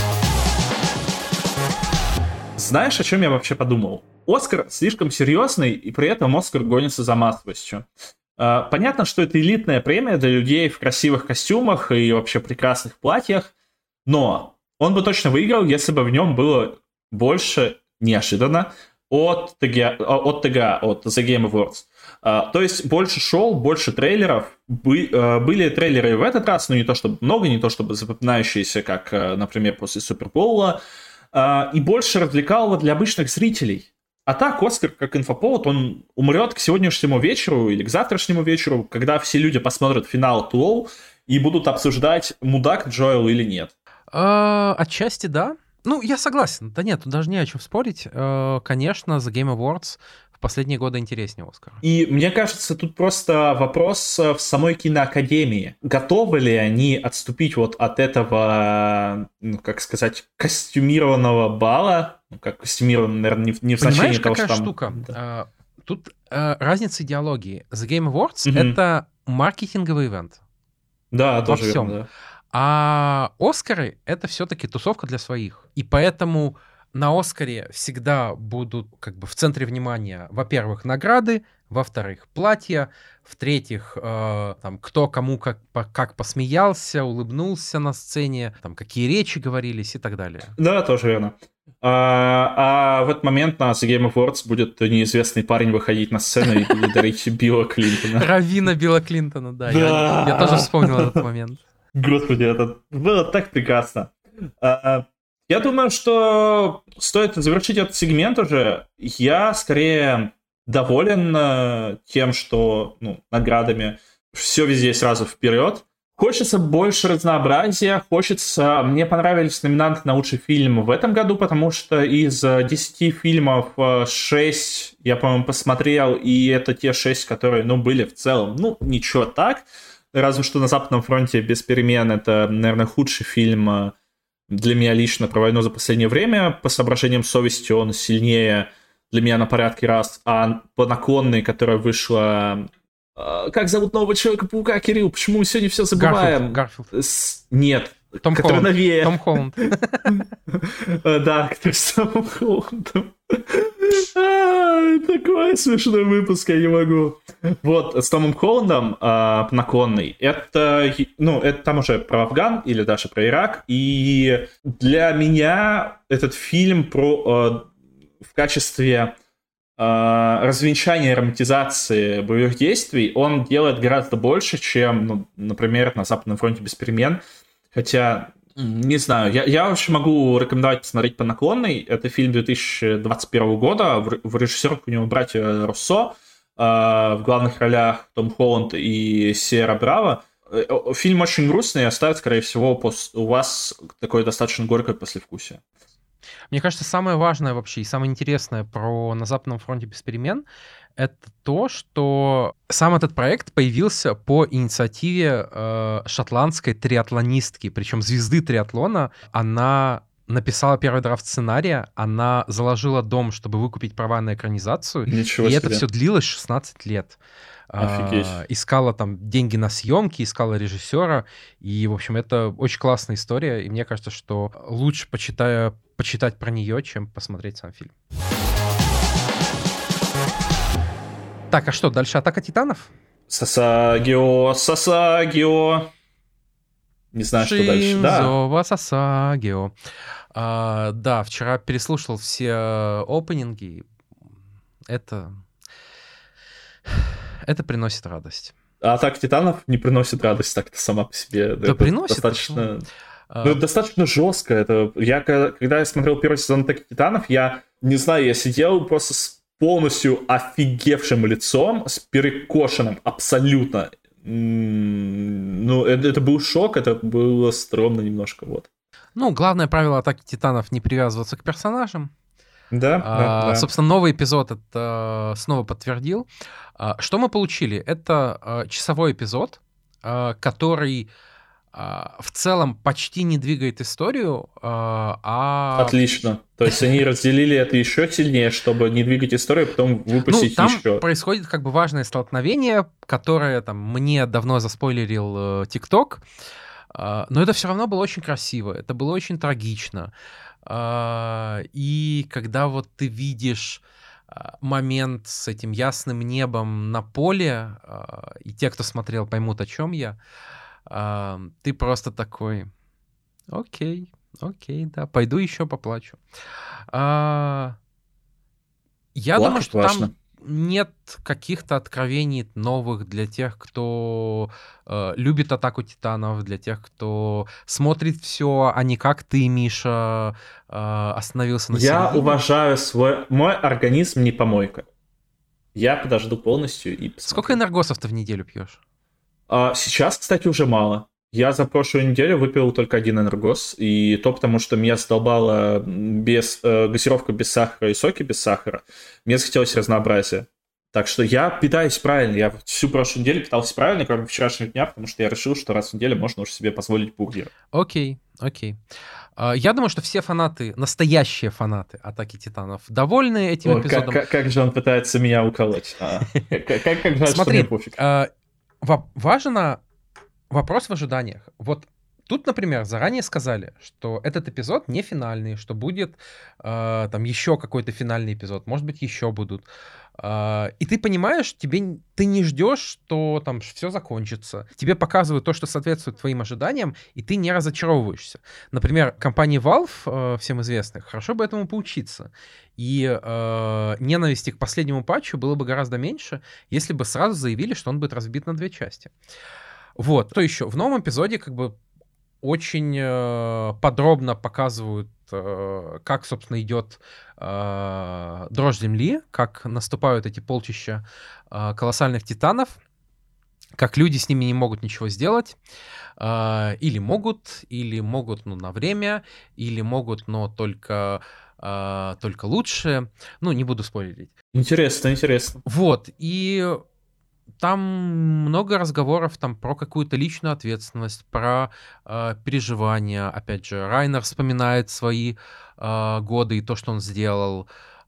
Знаешь, о чем я вообще подумал? Оскар слишком серьезный, и при этом Оскар гонится за массовостью. Понятно, что это элитная премия для людей в красивых костюмах и вообще прекрасных платьях, но он бы точно выиграл, если бы в нем было больше, неожиданно, от ти джи эй, от, ти джи эй, от The Game Awards. То есть больше шоу, больше трейлеров. Были трейлеры в этот раз, но не то чтобы много, не то чтобы запоминающиеся, как, например, после Супербоула, и больше развлекалого для обычных зрителей. А так, Оскар, как инфоповод, он умрет к сегодняшнему вечеру или к завтрашнему вечеру, когда все люди посмотрят финал Туол и будут обсуждать, мудак Джоэл или нет. А, отчасти да. Ну, я согласен. Да нет, тут даже не о чем спорить. А, конечно, The Game Awards в последние годы интереснее Оскара. И мне кажется, тут просто вопрос в самой киноакадемии. Готовы ли они отступить вот от этого, ну, как сказать, костюмированного бала? Ну, как костюмированный, наверное, не, не в значении Понимаешь, того, какая что там... штука? Да. А, тут а, разница идеологии. The Game Awards Mm-hmm. — это маркетинговый ивент. Да, во тоже всем. верно, да. А Оскары — это все-таки тусовка для своих. И поэтому на Оскаре всегда будут как бы в центре внимания, во-первых, награды, во-вторых, платья, в-третьих, э, там, кто кому как, по, как посмеялся, улыбнулся на сцене, там, какие речи говорились и так далее. Да, тоже верно. А, а в этот момент на The Game Awards будет неизвестный парень выходить на сцену и благодарить Билла Клинтона. Раввина Билла Клинтона, да. Я, я тоже вспомнил этот момент. Господи, это было так прекрасно. А, я думаю, что стоит завершить этот сегмент уже. Я скорее доволен тем, что ну, наградами все везде сразу вперед. Хочется больше разнообразия, хочется... Мне понравились номинанты на лучший фильм в этом году, потому что из десяти фильмов шесть я, по-моему, посмотрел, и это те шесть, которые, ну, были в целом, ну, ничего так. Разве что «На Западном фронте без перемен» — это, наверное, худший фильм для меня лично про войну за последнее время. По соображениям совести он сильнее для меня на порядке раз. А по «Наклонной», которая вышла... Как зовут нового Человека-паука, Кирилл? Почему мы сегодня все забываем? Гарфилд. Гарфилд. С... Нет. Том который Холланд. Новее. Том Холланд. Да, который с Томом Холландом. Такой смешной выпуск, я не могу. Вот, с Томом Холландом по «Наклонной». Это, ну, это там уже про Афган или даже про Ирак. И для меня этот фильм про в качестве развенчания романтизации боевых действий он делает гораздо больше, чем, ну, например, «На Западном фронте без перемен». Хотя, не знаю, я, я вообще могу рекомендовать посмотреть по «Наклонной». Это фильм две тысячи двадцать первого года. В, в режиссерах у него братья Руссо. Э, в главных ролях Том Холланд и Сиера Браво. Э, фильм очень грустный и оставит, скорее всего, пос, у вас такое достаточно горькое послевкусие. Мне кажется, самое важное вообще и самое интересное про «На Западном фронте без перемен» — это то, что сам этот проект появился по инициативе э, шотландской триатлонистки, причем звезды триатлона. Она написала первый драфт сценария, она заложила дом, чтобы выкупить права на экранизацию, Ничего и себе. это все длилось шестнадцать лет. Офигеть. А, искала там деньги на съемки, искала режиссера, и, в общем, это очень классная история, и мне кажется, что лучше почитая, почитать про нее, чем посмотреть сам фильм. Так, а что, дальше «Атака титанов»? Сасагио, Сасагио. Не знаю, что дальше. Да. Шинзо Сасагио. А, да, вчера переслушал все опенинги. Это... Это приносит радость. А «Атака титанов» не приносит радость так-то сама по себе. Да, это приносит. Достаточно... Ну, достаточно жестко. Это... Я, когда я смотрел первый сезон «Атаки титанов», я, не знаю, я сидел просто с полностью офигевшим лицом, с перекошенным абсолютно. Ну, это, это был шок, это было стрёмно немножко, вот. Ну, главное правило «Атаки титанов» — не привязываться к персонажам. Да, а, да, да. Собственно, новый эпизод это снова подтвердил. А, что мы получили? Это а, часовой эпизод, а, который а, в целом почти не двигает историю, а... а... Отлично. То есть они разделили это еще сильнее, чтобы не двигать историю, а потом выпустить ну, там еще. Там происходит как бы важное столкновение, которое там мне давно заспойлерил ТикТок, э, но это все равно было очень красиво, это было очень трагично. Э, и когда вот ты видишь момент с этим ясным небом на поле, э, и те, кто смотрел, поймут, о чем я, э, ты просто такой: окей, окей, да, пойду еще поплачу. А, я Плакать думаю, что важно. Там нет каких-то откровений новых для тех, кто э, любит «Атаку титанов», для тех, кто смотрит все, а не как ты, Миша, э, остановился на Я середине. уважаю свой... Мой организм не помойка. Я подожду полностью и посмотрю. Сколько энергосов ты в неделю пьешь? А, сейчас, кстати, уже мало. Я за прошлую неделю выпил только один энергос, и то потому, что меня задолбала без, э, газировка без сахара и соки без сахара. Мне захотелось разнообразия. Так что я питаюсь правильно. Я всю прошлую неделю питался правильно, кроме вчерашнего дня, потому что я решил, что раз в неделю можно уже себе позволить бургер. Окей, окей. Я думаю, что все фанаты, настоящие фанаты «Атаки титанов» довольны этим О, эпизодом. Как, как, как же он пытается меня уколоть? А, как, как, как жаль, Смотри, что мне пофиг. важно... Вопрос в ожиданиях. Вот тут, например, заранее сказали, что этот эпизод не финальный, что будет э, там еще какой-то финальный эпизод, может быть, еще будут. Э, и ты понимаешь, тебе, ты не ждешь, что там все закончится. Тебе показывают то, что соответствует твоим ожиданиям, и ты не разочаровываешься. Например, компания Valve, э, всем известных, хорошо бы этому поучиться. И э, ненависти к последнему патчу было бы гораздо меньше, если бы сразу заявили, что он будет разбит на две части. Вот, что еще? В новом эпизоде как бы очень э, подробно показывают, э, как, собственно, идет э, дрожь земли, как наступают эти полчища э, колоссальных титанов, как люди с ними не могут ничего сделать, э, или могут, или могут, ну, на время, или могут, но только, э, только лучше. Ну, не буду спойлерить. Интересно, интересно. Вот, и... Там много разговоров там про какую-то личную ответственность, про э, переживания. Опять же, Райнер вспоминает свои э, годы и то, что он сделал.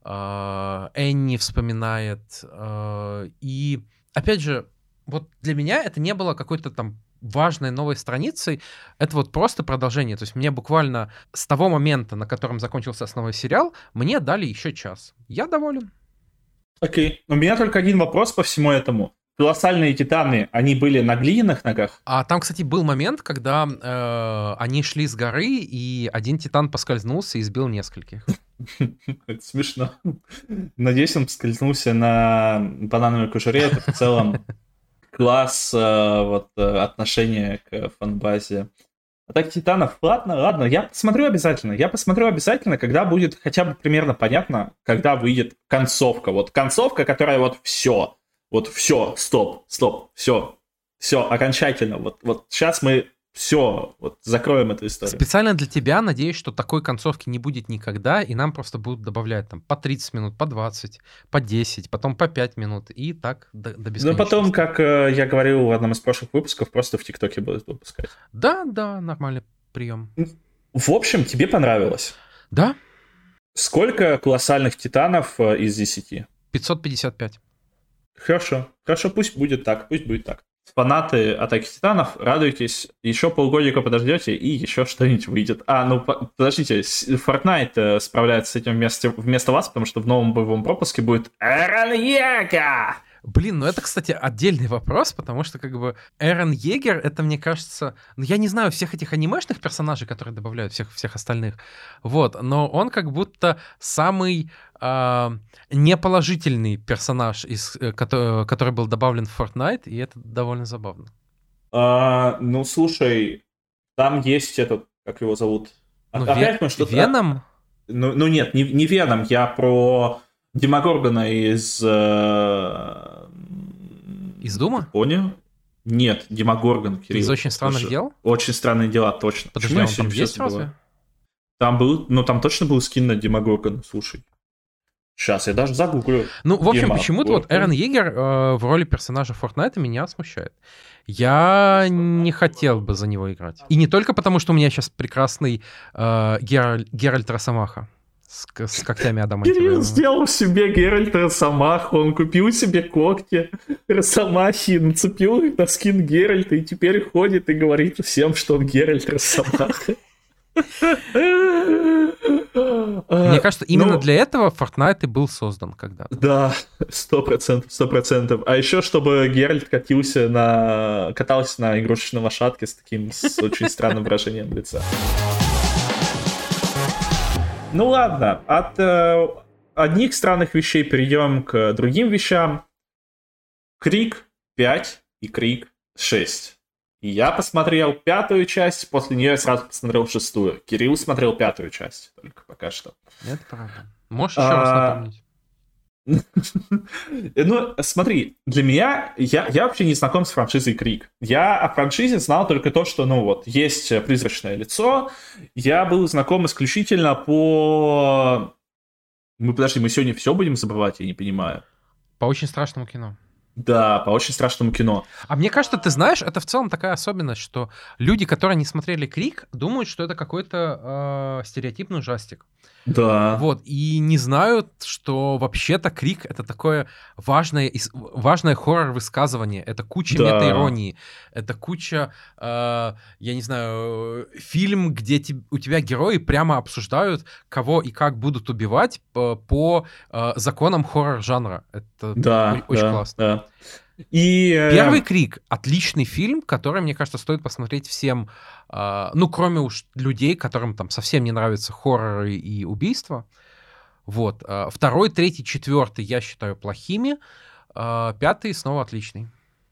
Э, Энни вспоминает. Э, и, опять же, вот для меня это не было какой-то там важной новой страницей. Это вот просто продолжение. То есть мне буквально с того момента, на котором закончился основной сериал, мне дали еще час. Я доволен. Окей. У меня только один вопрос по всему этому. Колоссальные титаны, они были на глиняных ногах? А там, кстати, был момент, когда э, они шли с горы, и один титан поскользнулся и сбил нескольких. Это смешно. Надеюсь, он поскользнулся на банановой кожуре. Это в целом класс вот, отношения к фан-базе. Атаки титанов, ладно, ладно, я посмотрю обязательно. Я посмотрю обязательно, когда будет хотя бы примерно понятно, когда выйдет концовка. Вот концовка, которая вот все... Вот все, стоп, стоп, все, все, окончательно. Вот, вот сейчас мы все, вот закроем эту историю. Специально для тебя надеюсь, что такой концовки не будет никогда, и нам просто будут добавлять там по тридцать минут, по двадцать, по десять, потом по пять минут, и так до, до бесконечности. Ну, потом, как э, я говорил в одном из прошлых выпусков, просто в ТикТоке будут выпускать. Да, да, нормальный прием. В общем, тебе понравилось? Да. Сколько колоссальных титанов из десяти? пятьсот пятьдесят пять. Хорошо. Хорошо, пусть будет так, пусть будет так. Фанаты Атаки Титанов, радуйтесь, еще полгодика подождете, и еще что-нибудь выйдет. А, ну, подождите, Fortnite справляется с этим вместо, вместо вас, потому что в новом боевом пропуске будет Эрен Йегер! Блин, ну это, кстати, отдельный вопрос, потому что, как бы, Эрен Йегер, это, мне кажется... Ну, я не знаю всех этих анимешных персонажей, которые добавляют, всех, всех остальных, вот, но он как будто самый э, неположительный персонаж, из, который, который был добавлен в Fortnite, и это довольно забавно. А, ну, слушай, там есть этот, как его зовут? Ну, Опять Ве- что-то... Веном? Ну, ну нет, не, не Веном, я про... Демогоргона из... Э... Из Дума? Понял? Нет, Демогоргон, Кирилл. Из «Очень странных Слушай, дел»? «Очень странные дела», точно. Подожди, он там есть разве? Там был, ну там точно был скин на Демогоргона, слушай. Сейчас, я даже загуглю. Ну, в общем, почему-то вот Эрен Йегер э, в роли персонажа Fortnite меня смущает. Я не хотел бы за него играть. И не только потому, что у меня сейчас прекрасный э, Гераль, Геральт Росомаха. С, с когтями адамантиевыми. Кирилл сделал себе Геральта Росомаху, он купил себе когти Росомахи, нацепил их на скин Геральта и теперь ходит и говорит всем, что он Геральт Росомаха. Мне кажется, именно для этого Fortnite и был создан когда-то. Да, сто процентов, сто процентов. А еще, чтобы Геральт катился на... катался на игрушечной лошадке с таким с очень странным выражением лица. Ну ладно, от э, одних странных вещей перейдем к другим вещам. Крик пять и Крик шесть. И я посмотрел пятую часть, после нее я сразу посмотрел шестую. Кирилл смотрел пятую часть только пока что. Это правда. Можешь еще раз напомнить? Ну, смотри, для меня, я, я вообще не знаком с франшизой Крик. Я о франшизе знал только то, что, ну вот, есть призрачное лицо. Я был знаком исключительно по... Мы, подожди, мы сегодня все будем забывать, я не понимаю. По очень страшному кино. Да, по очень страшному кино. А мне кажется, ты знаешь, это в целом такая особенность, что люди, которые не смотрели Крик, думают, что это какой-то э, стереотипный ужастик. Да. Вот, и не знают, что вообще-то Крик — это такое важное, важное хоррор-высказывание, это куча да. мета-иронии, это куча, э, я не знаю, фильм, где te, у тебя герои прямо обсуждают, кого и как будут убивать по, по э, законам хоррор-жанра. Это да, очень да, классно. Да. И, э... Первый Крик — отличный фильм, который, мне кажется, стоит посмотреть всем, э, ну, кроме уж людей, которым там совсем не нравятся хорроры и убийства. Вот. Э, второй, третий, четвертый я считаю плохими. Э, пятый снова отличный.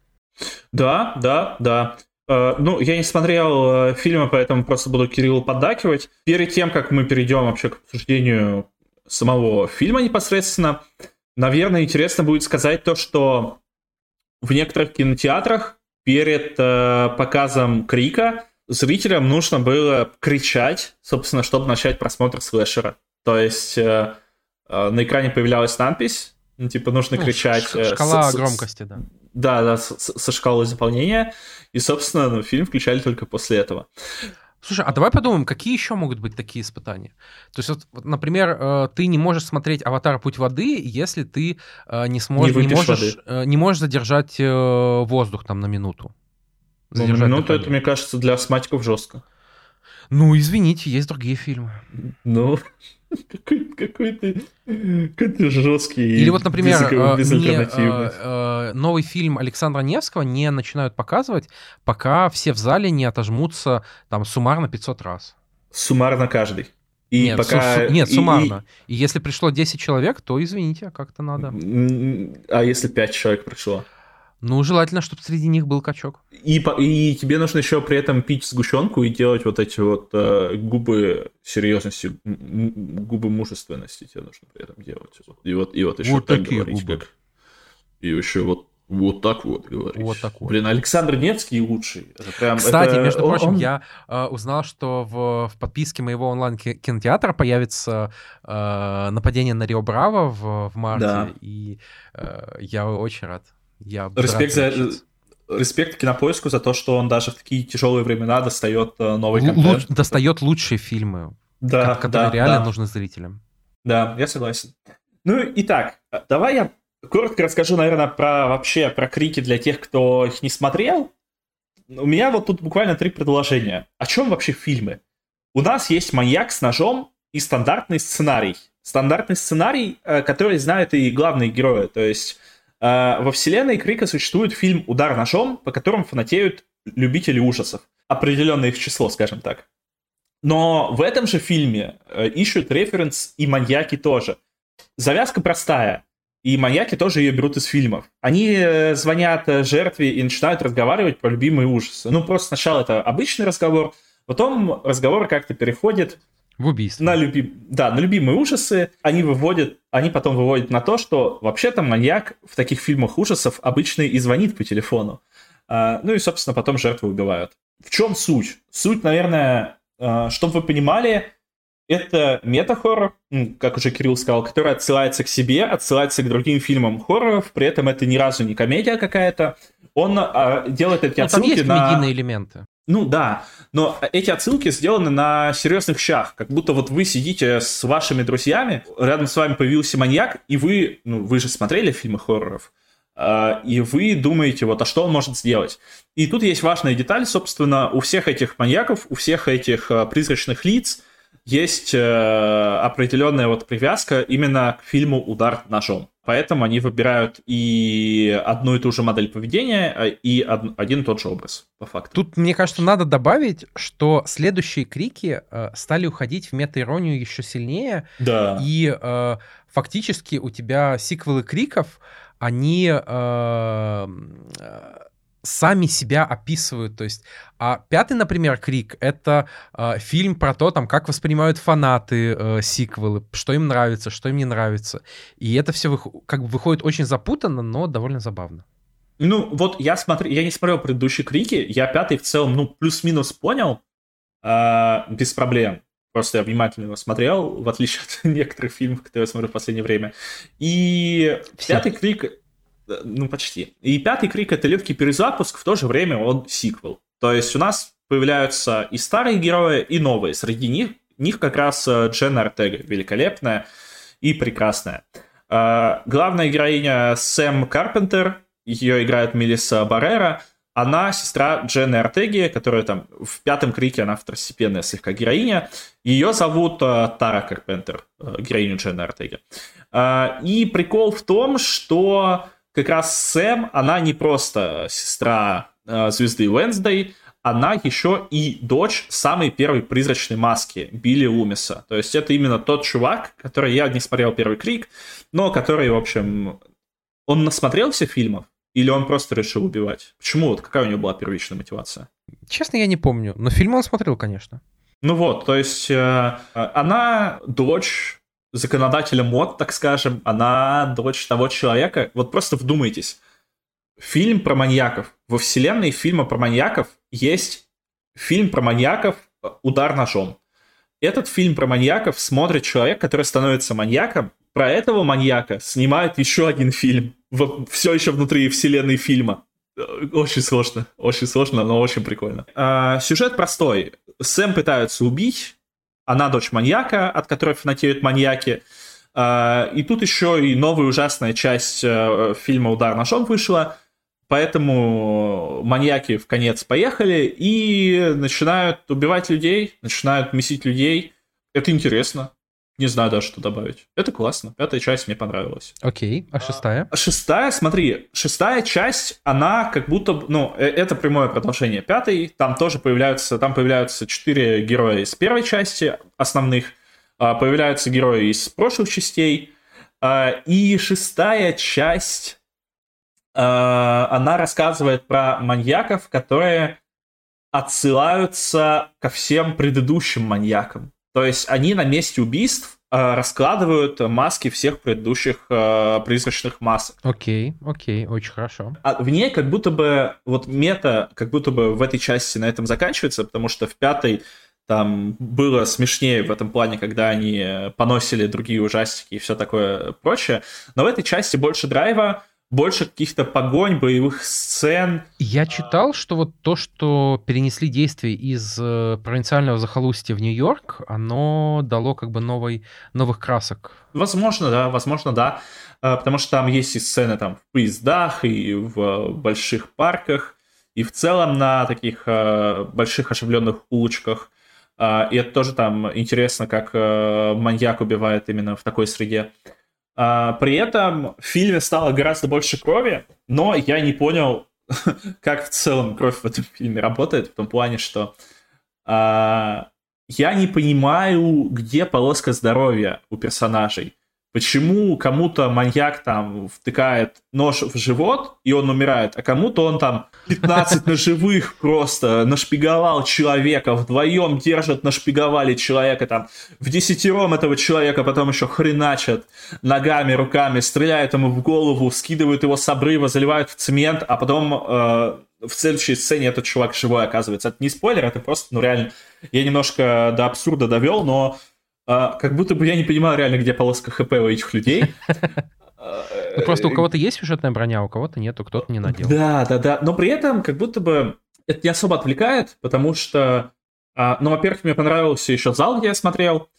Да, да, да. Uh, ну, я не смотрел uh, фильмы, поэтому просто буду Кириллу поддакивать. Перед тем, как мы перейдем вообще к обсуждению самого фильма непосредственно, наверное, интересно будет сказать то, что в некоторых кинотеатрах перед uh, показом Крика зрителям нужно было кричать, собственно, чтобы начать просмотр слэшера. То есть uh, uh, на экране появлялась надпись, ну, типа, нужно ну, кричать... Шкала с, громкости, да. Да, да, со шкалой заполнения. И, собственно, ну, фильм включали только после этого. Слушай, а давай подумаем, какие еще могут быть такие испытания? То есть, вот, например, ты не можешь смотреть «Аватар. Путь воды», если ты не, сможешь, не, не, можешь, не можешь задержать воздух там на минуту. Ну, на минуту дыхание. Это, мне кажется, для астматиков жестко. Ну, извините, есть другие фильмы. Ну, какой, какой ты, какой ты жесткий. Или вот, например, без, без не, э, э, новый фильм Александра Невского не начинают показывать, пока все в зале не отожмутся там суммарно пятьсот раз. Суммарно каждый. И нет, пока... су- нет, и, суммарно. И... и если пришло десять человек, то извините, как-то надо. А если пять человек пришло? Ну, желательно, чтобы среди них был качок. И, и тебе нужно еще при этом пить сгущенку и делать вот эти вот э, губы серьезности, м- губы мужественности тебе нужно при этом делать. И вот, и вот еще вот так такие говорить, губы. Как... И еще вот, вот так вот говорить. Вот так вот. Блин, Александр Невский лучший. Это прям, Кстати, это... между прочим, он... я э, узнал, что в, в подписке моего онлайн-кинотеатра появится э, «Нападение на Рио Браво» в, в марте, да. и э, я очень рад. Я респект за, респект Кинопоиску за то, что он даже в такие тяжелые времена достает новый контент. Луч, достает лучшие фильмы, да, которые да, реально да. нужны зрителям. Да, я согласен. Ну, итак, давай я коротко расскажу, наверное, про вообще про крики для тех, кто их не смотрел. У меня вот тут буквально три предложения. О чем вообще фильмы? У нас есть маньяк с ножом и стандартный сценарий. Стандартный сценарий, который знают и главные герои. То есть во вселенной Крика существует фильм «Удар ножом», по которому фанатеют любители ужасов. Определенное их число, скажем так. Но в этом же фильме ищут референс и маньяки тоже. Завязка простая. И маньяки тоже ее берут из фильмов. Они звонят жертве и начинают разговаривать про любимые ужасы. Ну, просто сначала это обычный разговор, потом разговор как-то переходит в убийство. На, люби... да, на любимые ужасы. Они выводят, они потом выводят на то, что вообще-то маньяк в таких фильмах ужасов обычно и звонит по телефону. А, ну и, собственно, потом жертву убивают. В чем суть? Суть, наверное, чтобы вы понимали, это мета-хоррор, как уже Кирилл сказал, который отсылается к себе, отсылается к другим фильмам хорроров, при этом это ни разу не комедия какая-то. Он а, делает эти ну, отсылки там есть на... комедийные элементы. Ну да, но эти отсылки сделаны на серьезных щах, как будто вот вы сидите с вашими друзьями, рядом с вами появился маньяк, и вы, ну вы же смотрели фильмы хорроров, э, и вы думаете, вот, а что он может сделать? И тут есть важная деталь, собственно, у всех этих маньяков, у всех этих э, призрачных лиц есть э, определенная вот привязка именно к фильму «Удар ножом». Поэтому они выбирают и одну и ту же модель поведения, и один и тот же образ, по факту. Тут, мне кажется, надо добавить, что следующие крики э, стали уходить в мета-иронию еще сильнее. Да. И э, фактически у тебя сиквелы криков, они... Э, э, сами себя описывают, то есть, а пятый, например, Крик — это э, фильм про то, там, как воспринимают фанаты э, сиквелы, что им нравится, что им не нравится, и это все вых... как бы выходит очень запутанно, но довольно забавно. Ну, вот я смотрю, я не смотрел предыдущие Крики, я пятый в целом, ну, плюс-минус понял, э, без проблем. Просто я внимательно его смотрел, в отличие от некоторых фильмов, которые я смотрю в последнее время. И все. Пятый Крик... Ну, почти. И пятый Крик — это легкий перезапуск, в то же время он сиквел. То есть у нас появляются и старые герои, и новые. Среди них, них как раз Дженна Ортега, великолепная и прекрасная. Главная героиня Сэм Карпентер, ее играет Мелисса Баррера, она сестра Дженны Ортеги, которая там в пятом Крике, она второстепенная слегка героиня. Ее зовут Тара Карпентер, героиню Дженны Ортеги. И прикол в том, что как раз Сэм, она не просто сестра э, звезды Уэнсдей, она еще и дочь самой первой призрачной маски Билли Лумиса. То есть это именно тот чувак, который, я не смотрел первый Крик, но который, в общем, он насмотрелся фильмов или он просто решил убивать? Почему? Вот какая у него была первичная мотивация? Честно, я не помню, но фильм он смотрел, конечно. Ну вот, то есть э, она дочь законодателя мод, так скажем, она дочь того человека. Вот просто вдумайтесь. Фильм про маньяков. Во вселенной фильма про маньяков есть фильм про маньяков «Удар ножом». Этот фильм про маньяков смотрит человек, который становится маньяком. Про этого маньяка снимает еще один фильм. Все еще внутри вселенной фильма. Очень сложно. Очень сложно, но очень прикольно. А, сюжет простой. Сэм пытаются убить. Она дочь маньяка, от которой фанатеют маньяки. И тут еще и новая ужасная часть фильма «Удар ножом» вышла. Поэтому маньяки в конец поехали и начинают убивать людей, начинают месить людей. Это интересно. Не знаю даже, что добавить. Это классно. Пятая часть мне понравилась. Окей, а шестая? А, шестая, смотри, шестая часть, она как будто... Ну, это прямое продолжение пятой. Там тоже появляются... Там появляются четыре героя из первой части основных. Появляются герои из прошлых частей. И шестая часть, она рассказывает про маньяков, которые отсылаются ко всем предыдущим маньякам. То есть они на месте убийств э, раскладывают маски всех предыдущих э, призрачных масок. Окей, окей, очень хорошо. А в ней как будто бы, вот мета, как будто бы в этой части на этом заканчивается, потому что в пятой там было смешнее в этом плане, когда они поносили другие ужастики и все такое прочее. Но в этой части больше драйва, больше каких-то погонь, боевых сцен. Я читал, что вот то, что перенесли действие из провинциального захолустья в Нью-Йорк, оно дало как бы новый, новых красок. Возможно, да, возможно, да. Потому что там есть и сцены там в поездах, и в больших парках, и в целом на таких больших оживленных улочках. И это тоже там интересно, как маньяк убивает именно в такой среде. При этом в фильме стало гораздо больше крови, но я не понял, как в целом кровь в этом фильме работает, в том плане, что а, я не понимаю, где полоска здоровья у персонажей. Почему кому-то маньяк там втыкает нож в живот, и он умирает, а кому-то он там пятнадцать ножевых просто нашпиговал человека, вдвоем держат, нашпиговали человека там, в десятером этого человека потом еще хреначат ногами, руками, стреляют ему в голову, скидывают его с обрыва, заливают в цемент, а потом э, в следующей сцене этот чувак живой оказывается. Это не спойлер, это просто, ну реально, я немножко до абсурда довел, но Uh, как будто бы я не понимаю реально, где полоска ХП у этих людей. Ну, просто у кого-то есть сюжетная броня, у кого-то нету, кто-то не надел. Да, да, да. Но при этом как будто бы это не особо отвлекает, потому что, ну, во-первых, мне понравился еще зал, где я смотрел.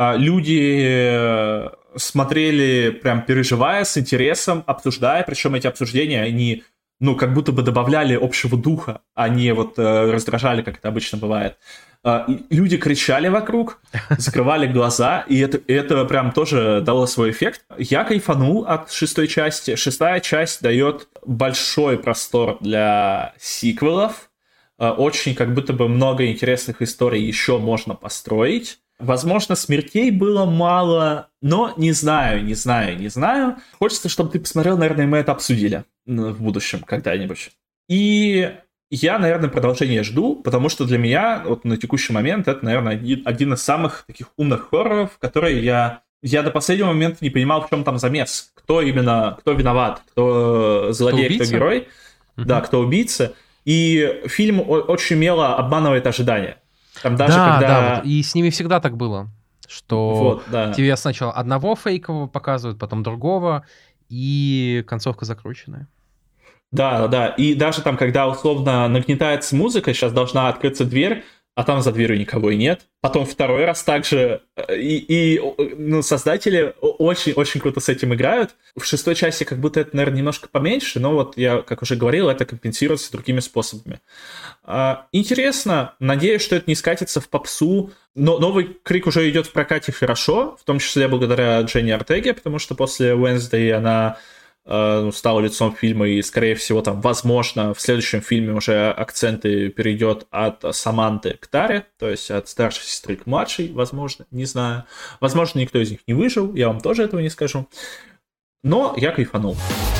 Люди смотрели прям переживая, с интересом, обсуждая. Причем эти обсуждения, они, ну, как будто бы добавляли общего духа, а не вот раздражали, как это обычно бывает. Люди кричали вокруг, закрывали глаза, и это, это прям тоже дало свой эффект. Я кайфанул от шестой части. Шестая часть дает большой простор для сиквелов. Очень как будто бы много интересных историй еще можно построить. Возможно, смертей было мало, но не знаю, не знаю, не знаю. Хочется, чтобы ты посмотрел, наверное, мы это обсудили в будущем когда-нибудь. И... Я, наверное, продолжение жду, потому что для меня вот на текущий момент это, наверное, один, один из самых таких умных хорроров, которые я... Я до последнего момента не понимал, в чем там замес. Кто именно... Кто виноват, кто злодей, кто, кто герой. Uh-huh. Да, кто убийца. И фильм очень умело обманывает ожидания. Там даже да, когда... да, вот, и с ними всегда так было, что вот, да. тебе сначала одного фейкового показывают, потом другого, и концовка закрученная. Да, да, и даже там, когда условно нагнетается музыка, сейчас должна открыться дверь, а там за дверью никого и нет. Потом второй раз также, и, и ну, создатели очень-очень круто с этим играют. В шестой части как будто это, наверное, немножко поменьше, но вот я, как уже говорил, это компенсируется другими способами. Интересно, надеюсь, что это не скатится в попсу, но новый Крик уже идет в прокате хорошо, в том числе благодаря Дженни Ортеге, потому что после Wednesday она... стала лицом фильма, и, скорее всего, там, возможно, в следующем фильме уже акценты перейдет от Саманты к Таре, то есть от старшей сестры к младшей, возможно, не знаю. Возможно, никто из них не выжил, я вам тоже этого не скажу. Но я кайфанул.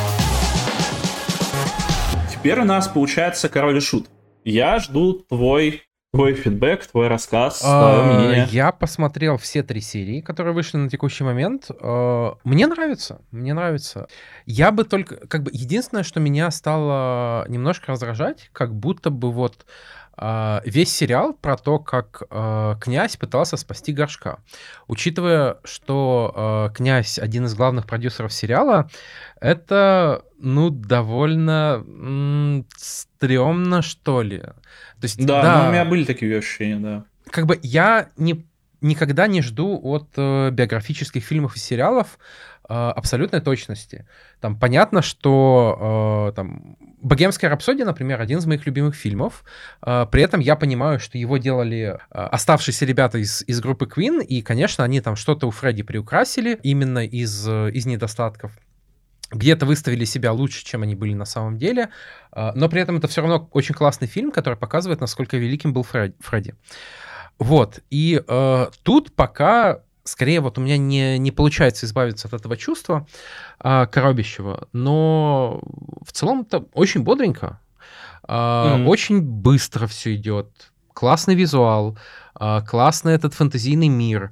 Теперь у нас получается Король и Шут. Я жду твой... Твой фидбэк, твой рассказ, твое мнение. Я посмотрел все три серии, которые вышли на текущий момент. Мне нравится, мне нравится. Я бы только... как бы единственное, что меня стало немножко раздражать, как будто бы вот весь сериал про то, как князь пытался спасти Горшка. Учитывая, что князь один из главных продюсеров сериала, это, ну, довольно м- стрёмно, что ли. То есть, да, да, ну, у меня были такие ощущения, да. Как бы я не, никогда не жду от э, биографических фильмов и сериалов э, абсолютной точности. Там понятно, что э, там, «Богемская рапсодия», например, один из моих любимых фильмов. Э, при этом я понимаю, что его делали э, оставшиеся ребята из, из группы Queen, и, конечно, они там что-то у Фредди приукрасили именно из, из недостатков. Где-то выставили себя лучше, чем они были на самом деле, но при этом это все равно очень классный фильм, который показывает, насколько великим был Фредди. Вот, и э, тут пока, скорее, вот у меня не, не получается избавиться от этого чувства э, коробящего, но в целом это очень бодренько, э, mm-hmm. очень быстро все идет, классный визуал, э, классный этот фэнтезийный мир,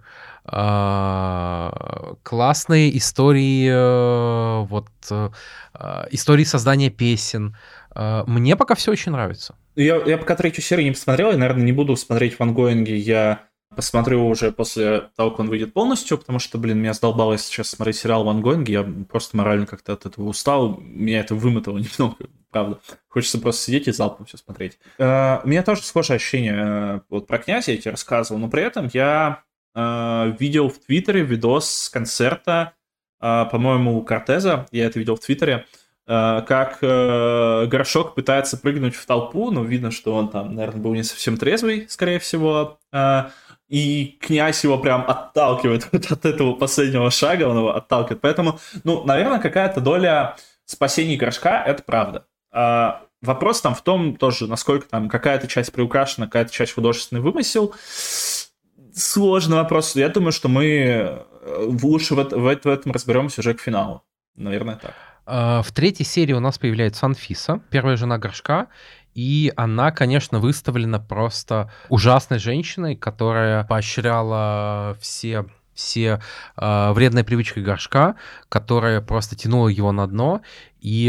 Uh, классные истории, uh, вот, uh, истории создания песен. Uh, мне пока все очень нравится. Я, я пока третью серию не посмотрел, я, наверное, не буду смотреть в ангоинге. Я Посмотрю уже после того, как он выйдет полностью, потому что, блин, меня задолбало сейчас смотреть сериал в ангоинге, я просто морально как-то от этого устал, меня это вымотало немного, правда. Хочется просто сидеть и залпом все смотреть. Uh, у меня тоже схожее ощущение uh, вот про князя, я тебе рассказывал, но при этом я uh, видел в Твиттере видос с концерта, uh, по-моему, у Кортеза, я это видел в Твиттере, uh, как uh, Горшок пытается прыгнуть в толпу, но видно, что он там, наверное, был не совсем трезвый, скорее всего, uh, и князь его прям отталкивает вот от этого последнего шага, он его отталкивает. Поэтому, ну, наверное, какая-то доля спасения Горшка, это правда. А вопрос там в том тоже, насколько там какая-то часть приукрашена, какая-то часть художественный вымысел. Сложный вопрос. Я думаю, что мы лучше в, в, в этом разберемся уже к финалу. Наверное, так. В третьей серии у нас появляется Анфиса, первая жена Горшка. И она, конечно, выставлена просто ужасной женщиной, которая поощряла все, все э, вредные привычки Горшка, которая просто тянула его на дно. И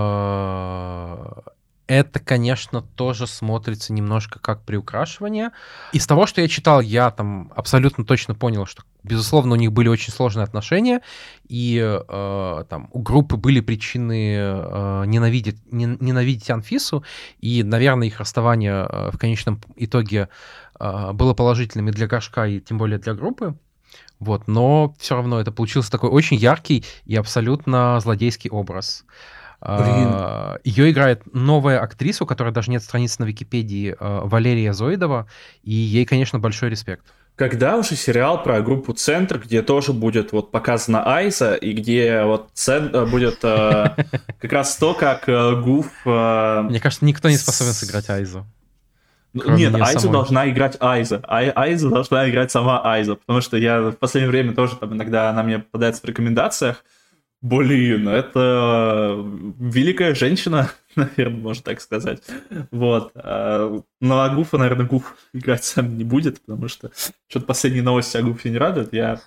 э, это, конечно, тоже смотрится немножко как приукрашивание. Из того, что я читал, я там абсолютно точно понял, что, безусловно, у них были очень сложные отношения, и э, там у группы были причины э, ненавидеть, не, ненавидеть Анфису, и, наверное, их расставание э, в конечном итоге э, было положительным и для Горшка, и тем более для группы. Вот, но все равно это получился такой очень яркий и абсолютно злодейский образ. Блин. Ее играет новая актриса, у которой даже нет страницы на Википедии, Валерия Зоидова, и ей, конечно, большой респект. Когда уже сериал про группу «Центр», где тоже будет вот показана Айза, и где вот цен... будет э, как раз то, как э, Гуф... Э, Мне кажется, никто не способен сыграть Айзу. Нет, Айзу самой. должна играть Айза. Ай, Айзу должна играть сама Айза, потому что я в последнее время тоже там иногда она мне попадается в рекомендациях. Блин, это великая женщина, наверное, можно так сказать. Вот. Но а Гуфа, наверное, Гуф играть сам не будет, потому что что-то последние новости о Гуфе не радуют. Я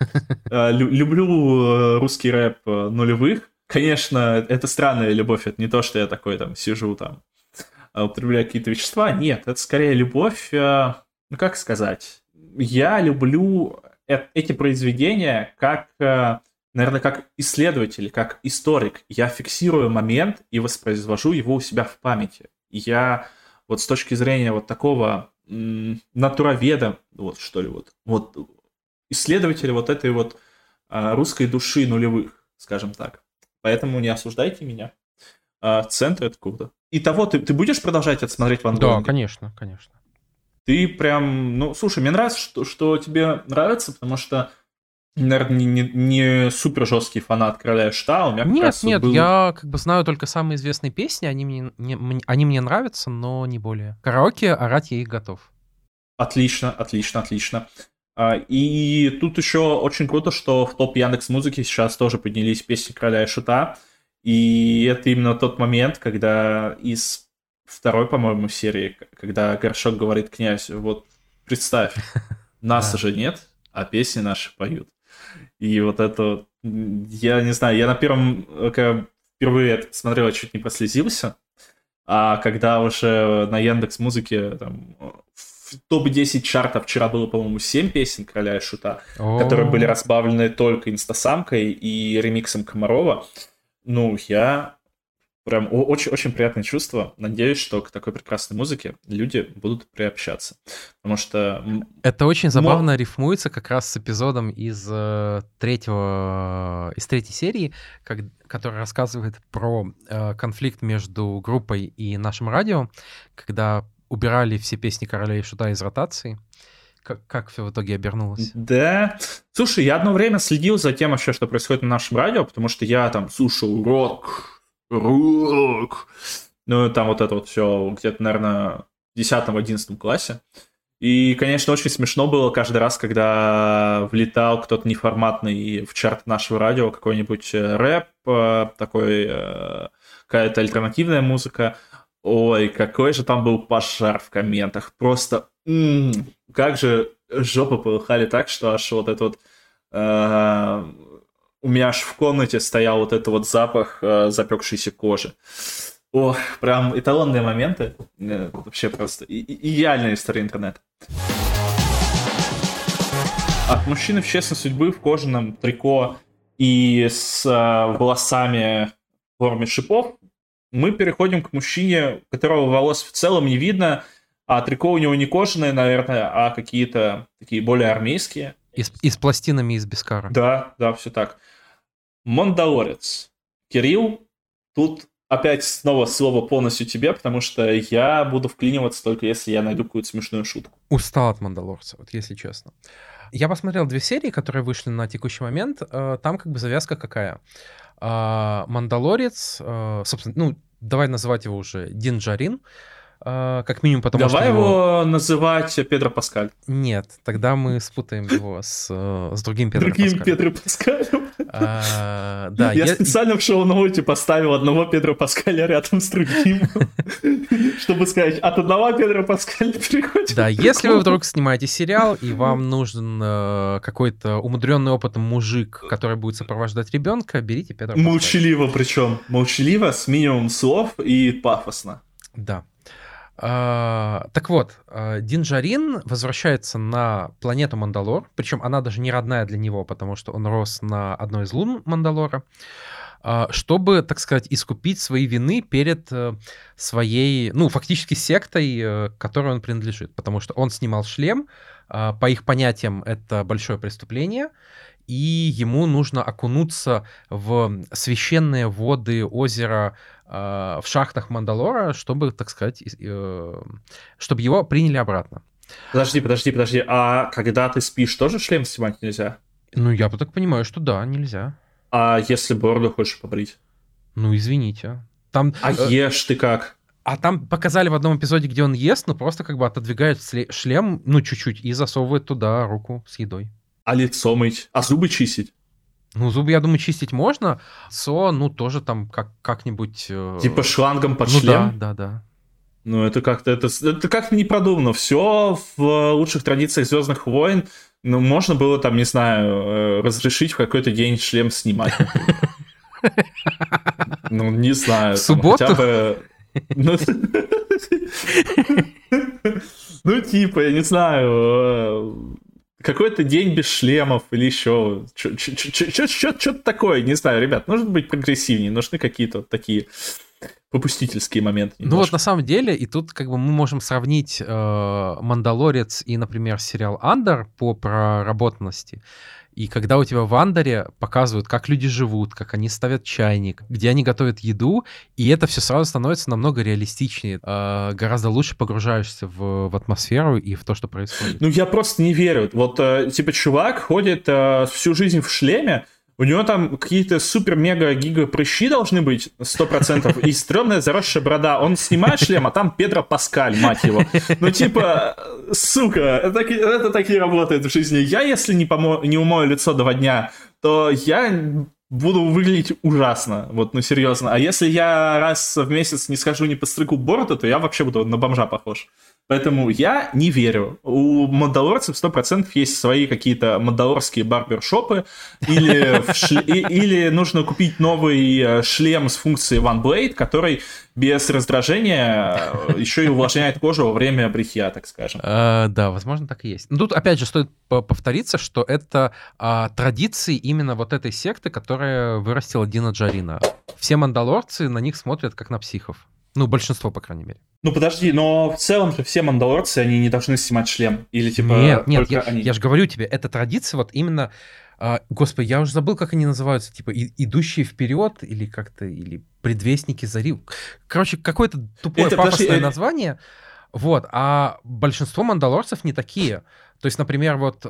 люблю русский рэп нулевых. Конечно, это странная любовь, это не то, что я такой там сижу там, употребляю какие-то вещества. Нет, это скорее любовь, ну как сказать, я люблю эти произведения как... Наверное, как исследователь, как историк, я фиксирую момент и воспроизвожу его у себя в памяти. Я вот с точки зрения вот такого м- натуроведа, вот что ли, вот, вот исследователя вот этой вот а, русской души нулевых, скажем так. Поэтому не осуждайте меня. А, центр — это круто. Итого, ты, ты будешь продолжать это смотреть в ангоинге? Да, конечно, конечно. Ты прям, ну, слушай, мне нравится, что, что тебе нравится, потому что наверное, не, не, не супер жесткий фанат Короля и Шута. У меня как нет, раз нет, был... я как бы знаю только самые известные песни, они мне, не, они мне нравятся, но не более. Караоке орать я их готов. Отлично, отлично, отлично. И тут еще очень круто, что в топ Яндекс.Музыки сейчас тоже поднялись песни Короля и Шута. И это именно тот момент, когда из второй, по-моему, серии, когда Горшок говорит князю, вот представь, нас уже нет, а песни наши поют. И вот это, я не знаю, я на первом, когда впервые это смотрел, чуть не прослезился, а когда уже на Яндекс.Музыке там, в топ десять чартов вчера было, по-моему, семь песен Короля и Шута, О-о-о. которые были разбавлены только инстасамкой и ремиксом Комарова, ну, я... Прям очень-очень приятное чувство. Надеюсь, что к такой прекрасной музыке люди будут приобщаться. Потому что... Это очень забавно Мо... рифмуется как раз с эпизодом из, э, третьего, из третьей серии, как, который рассказывает про э, конфликт между группой и нашим радио, когда убирали все песни Короля и Шута из ротации. Как, как все в итоге обернулось? Да. Слушай, я одно время следил за тем вообще, что происходит на нашем радио, потому что я там слушал рок... Рок. Ну, там вот это вот все где-то, наверное, в десятом-одиннадцатом классе. И, конечно, очень смешно было каждый раз, когда влетал кто-то неформатный в чарт нашего радио, какой-нибудь рэп, такой, какая-то альтернативная музыка. Ой, какой же там был пожар в комментах. Просто м-м, как же жопы полыхали так, что аж вот это вот... Э- У меня аж в комнате стоял вот этот вот запах э, запекшейся кожи. Ох, прям эталонные моменты. Э, вообще просто и- и- идеальная история интернета. От мужчины в честной судьбы в кожаном трико и с э, волосами в форме шипов мы переходим к мужчине, которого волос в целом не видно, а трико у него не кожаные, наверное, а какие-то такие более армейские. И с, и с пластинами из Бескара. Да, да, все так. Мандалорец. Кирилл, тут опять снова слово полностью тебе, потому что я буду вклиниваться только если я найду какую-то смешную шутку. Устал от Мандалорца, вот если честно. Я посмотрел две серии, которые вышли на текущий момент. Там как бы завязка какая? Мандалорец, собственно, ну, давай называть его уже Дин Джарин, как минимум потому, Давай что... Давай его... его называть Педро Паскаль. Нет, тогда мы спутаем его с, с другим Педро другим Паскалем. Педро Паскалем. А, да, я, я специально в шоу-ноуте поставил одного Педро Паскаля рядом с другим, чтобы сказать, от одного Педро Паскаля переходим. Да, если вы вдруг снимаете сериал, и вам нужен какой-то умудренный опытом мужик, который будет сопровождать ребенка, берите Педро Паскаля. Молчаливо причем. Молчаливо, с минимумом слов и пафосно. Да. Uh, так вот, uh, Дин Джарин возвращается на планету Мандалор, причем она даже не родная для него, потому что он рос на одной из лун Мандалора, uh, чтобы, так сказать, искупить свои вины перед uh, своей, ну, фактически сектой, uh, которой он принадлежит, потому что он снимал шлем, uh, по их понятиям это большое преступление, и ему нужно окунуться в священные воды озера в шахтах Мандалора, чтобы, так сказать, чтобы его приняли обратно. Подожди, подожди, подожди. А когда ты спишь, тоже шлем снимать нельзя? Ну, я так понимаю, что да, нельзя. А если бороду хочешь побрить? Ну, извините. Там, а э... ешь ты как? А там показали в одном эпизоде, где он ест, ну, просто как бы отодвигает шлем, ну, чуть-чуть, и засовывает туда руку с едой. А лицо мыть? А зубы чистить? Ну, зубы, я думаю, чистить можно. Со, ну, тоже там как- как-нибудь... Э... Типа шлангом под ну, шлем? Да, да, да. Ну, это как-то, это, это как-то не продумано. Все в лучших традициях «Звездных войн». Ну, можно было там, не знаю, разрешить в какой-то день шлем снимать. Ну, не знаю. В субботу? Хотя бы... Ну, типа, я не знаю... Какой-то день без шлемов или еще что-то такое, не знаю, ребят, нужно быть прогрессивнее, нужны какие-то такие попустительские моменты. Немножко. Ну вот на самом деле, и тут как бы мы можем сравнить э, «Мандалорец» и, например, сериал «Андор» по проработанности. И когда у тебя в «Андоре» показывают, как люди живут, как они ставят чайник, где они готовят еду, и это все сразу становится намного реалистичнее, э, гораздо лучше погружаешься в, в атмосферу и в то, что происходит. Ну, я просто не верю. Вот, э, типа, чувак ходит э, всю жизнь в шлеме, у него там какие-то супер-мега-гига-прыщи должны быть, сто процентов, и стрёмная заросшая борода. Он снимает шлем, а там Педро Паскаль, мать его. Ну, типа, сука, это, это так и работает в жизни. Я, если не, помо- не умою лицо два дня, то я буду выглядеть ужасно, вот, ну, серьезно. А если я раз в месяц не схожу, не подстригу бороду, то я вообще буду на бомжа похож. Поэтому я не верю. У мандалорцев сто процентов есть свои какие-то мандалорские барбершопы, или, шле... или нужно купить новый шлем с функцией One Blade, который без раздражения еще и увлажняет кожу во время бритья, так скажем. А, да, возможно, так и есть. Но тут, опять же, стоит повториться, что это а, традиции именно вот этой секты, которая вырастила Дина Джарина. Все мандалорцы на них смотрят как на психов. Ну, большинство, по крайней мере. Ну, подожди, но в целом же все мандалорцы, они не должны снимать шлем. Или типа... Нет, нет, я, они... я же говорю тебе, это традиция вот именно... А, господи, я уже забыл, как они называются, типа и, идущие вперед или как-то, или предвестники зари. Короче, какое-то тупое это, пафосное подожди, название. Вот, а большинство мандалорцев не такие. То есть, например, вот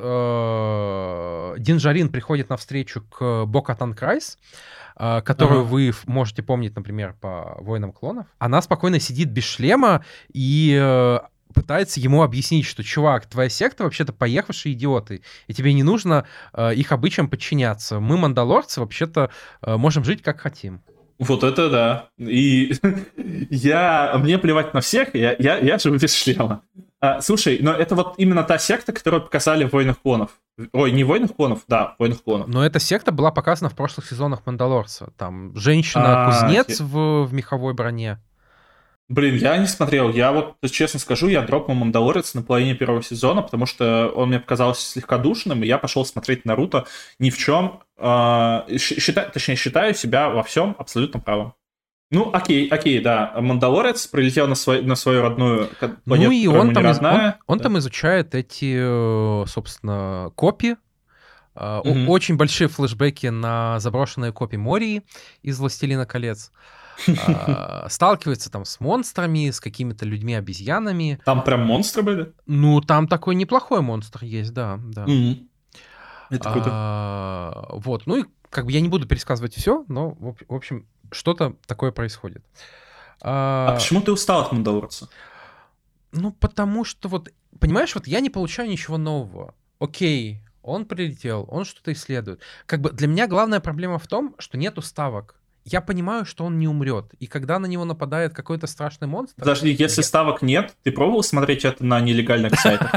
э, Дин Джарин приходит навстречу к Бо-Катан Крайс, э, которую ага. вы можете помнить, например, по «Войнам клонов». Она спокойно сидит без шлема и э, пытается ему объяснить, что, чувак, твоя секта вообще-то поехавшие идиоты, и тебе не нужно э, их обычаям подчиняться. Мы, мандалорцы, вообще-то э, можем жить как хотим. Вот это да. И я, мне плевать на всех, я, я, я живу без шлема. А, слушай, но это вот именно та секта, которую показали в «Войнах клонов». Ой, не в «Войнах клонов», да, в «Войнах клонов». Но эта секта была показана в прошлых сезонах «Мандалорца». Там женщина-кузнец а, в, в меховой броне. Блин, я не смотрел. Я вот, честно скажу, я дропнул «Мандалорец» на половине первого сезона, потому что он мне показался слегка душным, и я пошел смотреть «Наруто» ни в чем. Э, считаю, точнее, считаю себя во всем абсолютно правым. Ну, окей, окей, да. «Мандалорец» прилетел на, свой, на свою родную планету, ну и он там, из, он, он да. там изучает эти, собственно, копии. Mm-hmm. Очень большие флешбеки на заброшенные копии Мории из «Властелина колец». Сталкивается там с монстрами, с какими-то людьми-обезьянами. Там прям монстры были? Ну, там такой неплохой монстр есть, да. да. Mm-hmm. Это круто. А, вот, ну и как бы я не буду пересказывать все, но, в общем, что-то такое происходит. А, а почему ты устал от «Мандалорца»? Ну, потому что вот, понимаешь, вот я не получаю ничего нового. Окей, он прилетел, он что-то исследует. Как бы для меня главная проблема в том, что нету ставок. Я понимаю, что он не умрет. И когда на него нападает какой-то страшный монстр... Подожди, если я... ставок нет, ты пробовал смотреть это на нелегальных сайтах?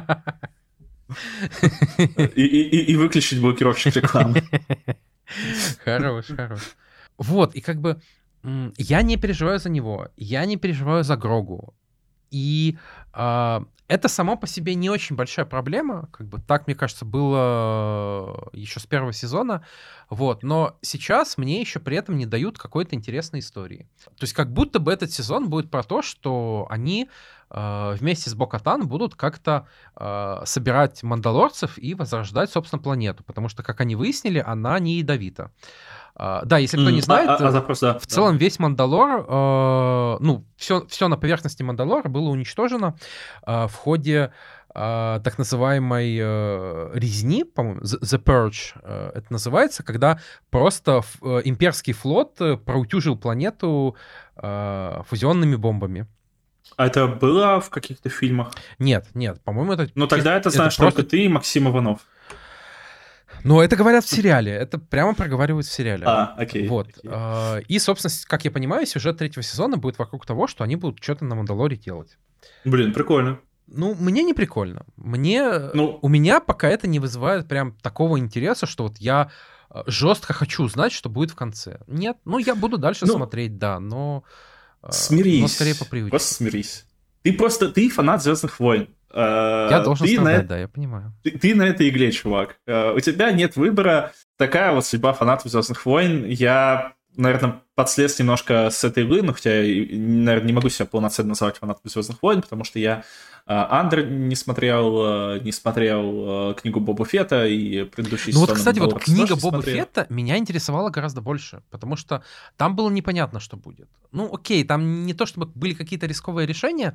И выключить блокировщик рекламы. Хорош, хорош. Вот, и как бы я не переживаю за него, я не переживаю за Грогу. И э, это само по себе не очень большая проблема, как бы так, мне кажется, было еще с первого сезона, вот, но сейчас мне еще при этом не дают какой-то интересной истории. То есть как будто бы этот сезон будет про то, что они э, вместе с Бо-Катан будут как-то э, собирать мандалорцев и возрождать, собственно, планету, потому что, как они выяснили, она не ядовита. Uh, да, если кто mm, не знает, а, а, а запрос, да, в целом да. весь Мандалор, uh, ну, все, все на поверхности Мандалора было уничтожено uh, в ходе uh, так называемой uh, резни, по-моему, The Purge uh, это называется, когда просто uh, имперский флот проутюжил планету uh, фузионными бомбами. А это было в каких-то фильмах? Нет, нет, по-моему, это... Ну, тогда это знаешь это просто... только ты и Максим Иванов. Но это говорят в сериале, это прямо проговаривают в сериале. А, окей. Вот. окей. И, собственно, как я понимаю, сюжет третьего сезона будет вокруг того, что они будут что-то на Мандалоре делать. Блин, прикольно. Ну, мне не прикольно. Мне... Ну... У меня пока это не вызывает прям такого интереса, что вот я жестко хочу узнать, что будет в конце. Нет, ну, я буду дальше ну, смотреть, да, но... Смирись. Но скорее по привычке. Просто смирись. Ты просто... Ты фанат «Звездных войн». Я должен ты страдать, на... да, я понимаю. Ты, ты на этой игле, чувак. У тебя нет выбора. Такая вот судьба фанатов «Звездных войн». Я, наверное, подслез немножко с этой иглы, но хотя, наверное, не могу себя полноценно называть фанатом «Звездных войн», потому что я Андер не смотрел, не смотрел книгу Боба Фетта и предыдущий сезон. Ну вот, кстати, вот книга Боба Фетта меня интересовала гораздо больше, потому что там было непонятно, что будет. Ну, окей, там не то, чтобы были какие-то рисковые решения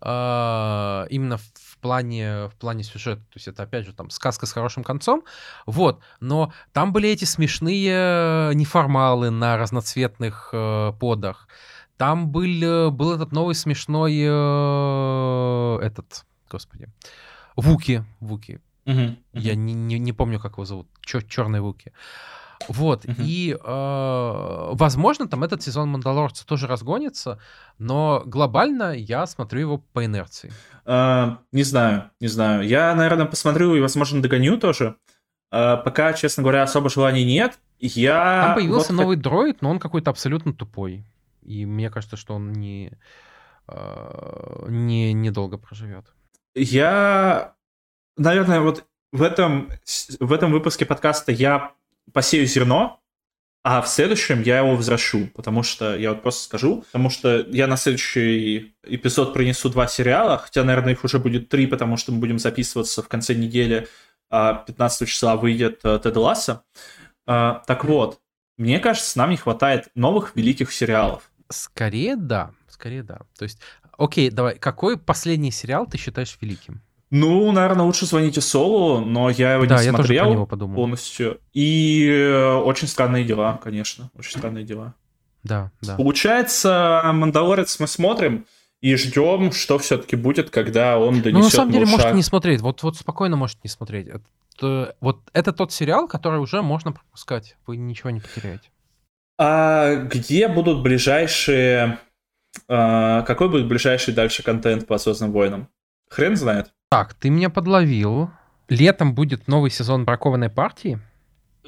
э, именно в плане, в плане сюжета, то есть это, опять же, там, сказка с хорошим концом, вот, но там были эти смешные неформалы на разноцветных э, подах. Там был, был этот новый смешной э, этот, господи, Вуки, Вуки. Uh-huh, uh-huh. Я не, не, не помню, как его зовут. Чер- черные Вуки. Вот. Uh-huh. И, э, возможно, там этот сезон «Мандалорца» тоже разгонится, но глобально я смотрю его по инерции. Uh, не знаю, не знаю. Я, наверное, посмотрю и, возможно, догоню тоже. Uh, пока, честно говоря, особо желаний нет. Я... Там появился вот... новый дроид, но он какой-то абсолютно тупой. И мне кажется, что он не, не, недолго проживет. Я, наверное, вот в этом, в этом выпуске подкаста я посею зерно, а в следующем я его взрошу, потому что, я вот просто скажу, потому что я на следующий эпизод принесу два сериала, хотя, наверное, их уже будет три, потому что мы будем записываться в конце недели, пятнадцатого числа выйдет Тед Лассо. Так вот, мне кажется, нам не хватает новых великих сериалов. Скорее да, скорее да. То есть, окей, давай, какой последний сериал ты считаешь великим? Ну, наверное, «Лучше звоните Солу», но я его да, не я смотрел тоже про него подумал. полностью. И «Очень странные дела», конечно, «Очень странные дела». Да, да. Получается, «Мандалорец» мы смотрим и ждем, что все-таки будет, когда он донесет. Ну, на самом деле, малыша. может не смотреть. Вот, вот спокойно может не смотреть. Это, вот это тот сериал, который уже можно пропускать. Вы ничего не потеряете. А где будут ближайшие... А, какой будет ближайший дальше контент по «Звездным войнам»? Хрен знает. Так, ты меня подловил. Летом будет новый сезон «Бракованной партии».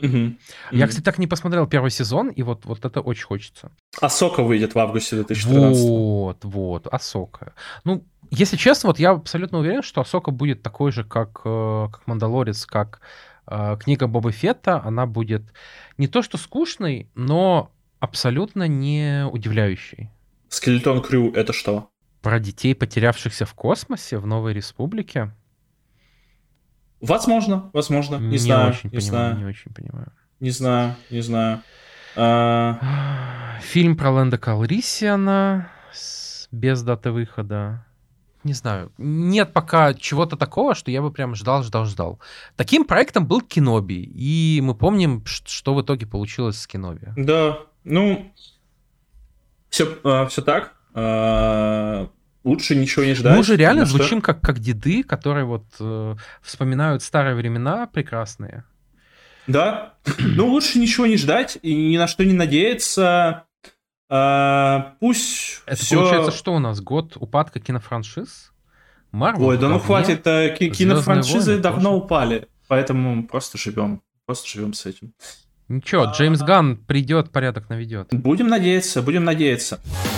Угу. Я, кстати, так не посмотрел первый сезон, и вот, вот это очень хочется. Асока выйдет в августе две тысячи тринадцатого. Вот, вот, Асока. Ну, если честно, вот я абсолютно уверен, что Асока будет такой же, как, как Мандалорец, как э, книга Боба Фетта. Она будет не то что скучной, но абсолютно не удивляющей. Скелетон Крю — это что? Про детей, потерявшихся в космосе в Новой Республике. Возможно, возможно, не, не знаю, очень не понимаю, знаю, не очень понимаю. Не знаю, не знаю. А... Фильм про Лэнда Калрисиана без даты выхода. Не знаю. Нет пока чего-то такого, что я бы прям ждал, ждал, ждал. Таким проектом был Кеноби, и мы помним, что в итоге получилось с Кеноби. Да, ну, все, а, все так. А... Лучше ничего не ждать. Мы уже реально звучим что... как, как деды, которые вот э, вспоминают старые времена прекрасные. Да. Ну, лучше ничего не ждать и ни на что не надеяться. А, пусть Это все... получается, что у нас? Год упадка кинофраншиз? Марвел? Ой, да ну хватит. Кинофраншизы давно тоже. упали. Поэтому просто живем. Просто живем с этим. Ничего, а... Джеймс Ганн придет, порядок наведет. Будем надеяться, будем надеяться.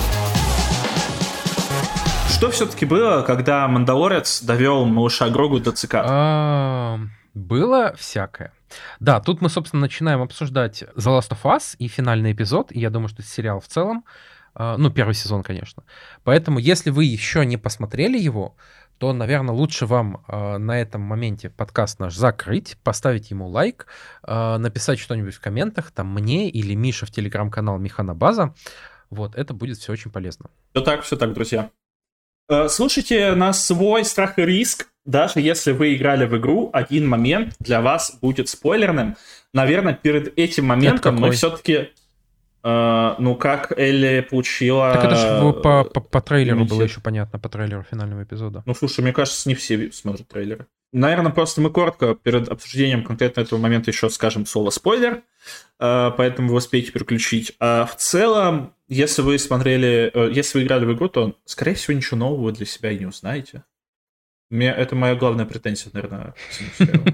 Что все-таки было, когда Мандалорец довел малыша Грогу до цикад? А, было всякое. Да, тут мы, собственно, начинаем обсуждать The Last of Us и финальный эпизод, и я думаю, что сериал в целом, ну, первый сезон, конечно. Поэтому, если вы еще не посмотрели его, то, наверное, лучше вам на этом моменте подкаст наш закрыть, поставить ему лайк, написать что-нибудь в комментах, там, мне или Мише в телеграм-канал Механобаза. Вот, это будет все очень полезно. Все так, все так, друзья. Слушайте на свой страх и риск. Даже если вы играли в игру, один момент для вас будет спойлерным. Наверное, перед этим моментом мы все-таки... Э, ну, как Элли получила... Так это же по, по, по трейлеру иммунитет. Было еще понятно, по трейлеру финального эпизода. Ну, слушай, мне кажется, не все смотрят трейлеры. Наверное, просто мы коротко перед обсуждением конкретно этого момента еще скажем слово «спойлер», э, поэтому вы успеете переключить. А в целом, если вы смотрели... Э, если вы играли в игру, то, скорее всего, ничего нового для себя и не узнаете. Это моя главная претензия, наверное, к сериалу.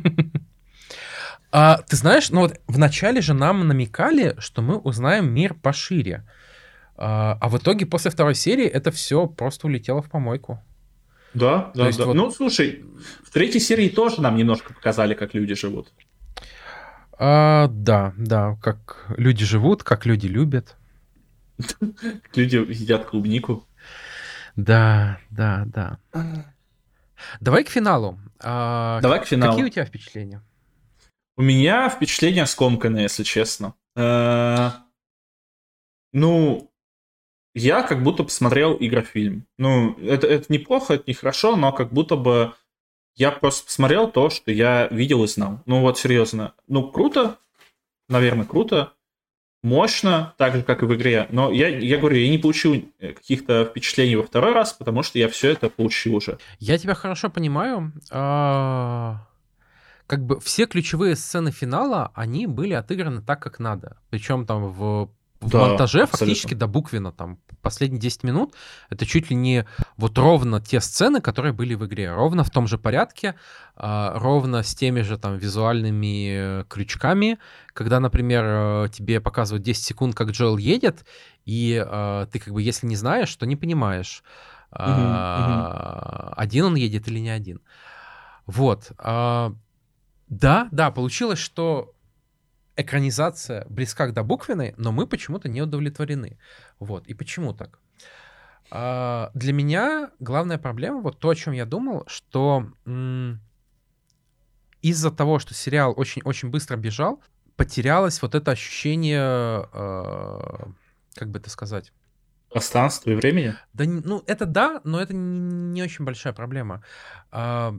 А, ты знаешь, ну вот вначале же нам намекали, что мы узнаем мир пошире. А, а в итоге после второй серии это все просто улетело в помойку. Да, да, да. Вот... Ну, слушай, в третьей серии тоже нам немножко показали, как люди живут. А, да, да, как люди живут, как люди любят. Как люди едят клубнику. Да, да, да. Давай к финалу. А, Давай к финалу. Какие у тебя впечатления? У меня впечатление скомканное, если честно. Э-э- ну, я как будто посмотрел игрофильм. Ну, это, это неплохо, это нехорошо, но как будто бы я просто посмотрел то, что я видел и знал. Ну вот, серьезно. Ну, круто. Наверное, круто. Мощно, так же, как и в игре. Но я, я говорю, я не получил каких-то впечатлений во второй раз, потому что я все это получил уже. Я тебя хорошо понимаю. А... Как бы все ключевые сцены финала, они были отыграны так, как надо. Причем там в, в да, монтаже абсолютно. Фактически до буквенно там последние десять минут это чуть ли не вот ровно те сцены, которые были в игре. Ровно в том же порядке, а, ровно с теми же там визуальными крючками. Когда, например, тебе показывают десять секунд, как Джоэл едет, и а, ты как бы, если не знаешь, то не понимаешь, а, угу, один он едет или не один. Вот. А, Да, да, получилось, что экранизация близка к добуквенной, но мы почему-то не удовлетворены. Вот. И почему так? А, для меня главная проблема, вот то, о чем я думал, что м- из-за того, что сериал очень-очень быстро бежал, потерялось вот это ощущение, э- как бы это сказать? Пространства и времени? Да, ну, это да, но это не, не очень большая проблема. А-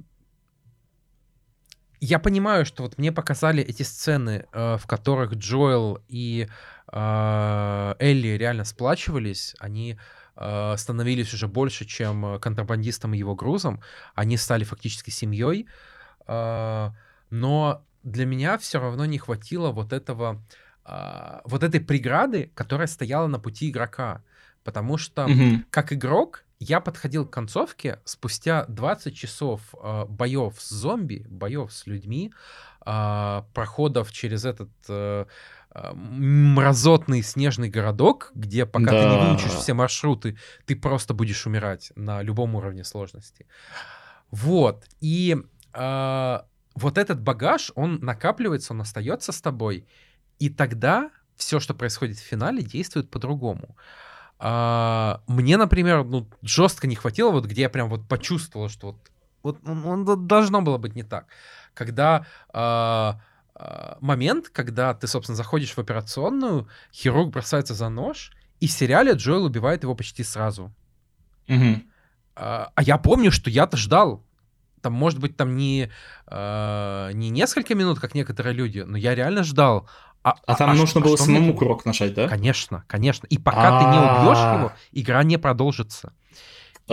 Я понимаю, что вот мне показали эти сцены, э, в которых Джоэл и э, Элли реально сплачивались, они э, становились уже больше, чем контрабандистом и его грузом, они стали фактически семьей, э, но для меня все равно не хватило вот этого, э, вот этой преграды, которая стояла на пути игрока, Потому что, mm-hmm. как игрок, я подходил к концовке спустя двадцать часов э, боев с зомби, боев с людьми, э, проходов через этот э, э, мразотный снежный городок, где пока да. ты не выучишь все маршруты, ты просто будешь умирать на любом уровне сложности. Вот. И э, вот этот багаж, он накапливается, он остается с тобой, и тогда все, что происходит в финале, действует по-другому. А, мне, например, ну, жестко не хватило, вот где я прям вот почувствовал, что вот, вот он, он, должно было быть не так. Когда а, а, момент, когда ты, собственно, заходишь в операционную, хирург бросается за нож, и в сериале Джоэл убивает его почти сразу. Угу. А, а я помню, что я-то ждал. Там, может быть, там не, а, не несколько минут, как некоторые люди, но я реально ждал. А, а там а нужно а было самому мне... курок нажать, да? Конечно, конечно. И пока А-а-а. ты не убьешь его, игра не продолжится. И,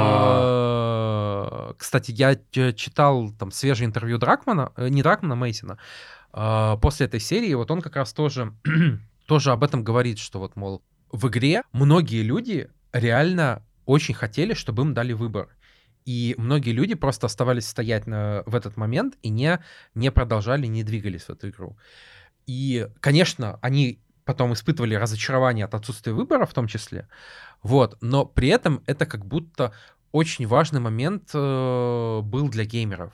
э, кстати, я читал там свежее интервью Дракмана, не Дракмана, Мейсона, э, после этой серии, вот он как раз тоже, тоже об этом говорит, что вот, мол, в игре многие люди реально очень хотели, чтобы им дали выбор. И многие люди просто оставались стоять на, в этот момент и не, не продолжали, не двигались в эту игру. И, конечно, они потом испытывали разочарование от отсутствия выбора в том числе, вот, но при этом это как будто очень важный момент э, был для геймеров.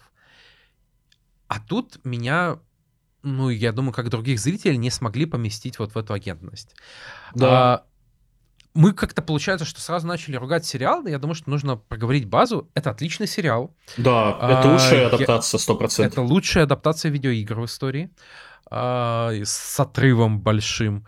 А тут меня, ну, я думаю, как других зрителей, не смогли поместить вот в эту агентность. Да. А, мы как-то, получается, что сразу начали ругать сериал, я думаю, что нужно проговорить базу. Это отличный сериал. Да, это лучшая а, адаптация, сто процентов. Это лучшая адаптация видеоигр в истории. С отрывом большим.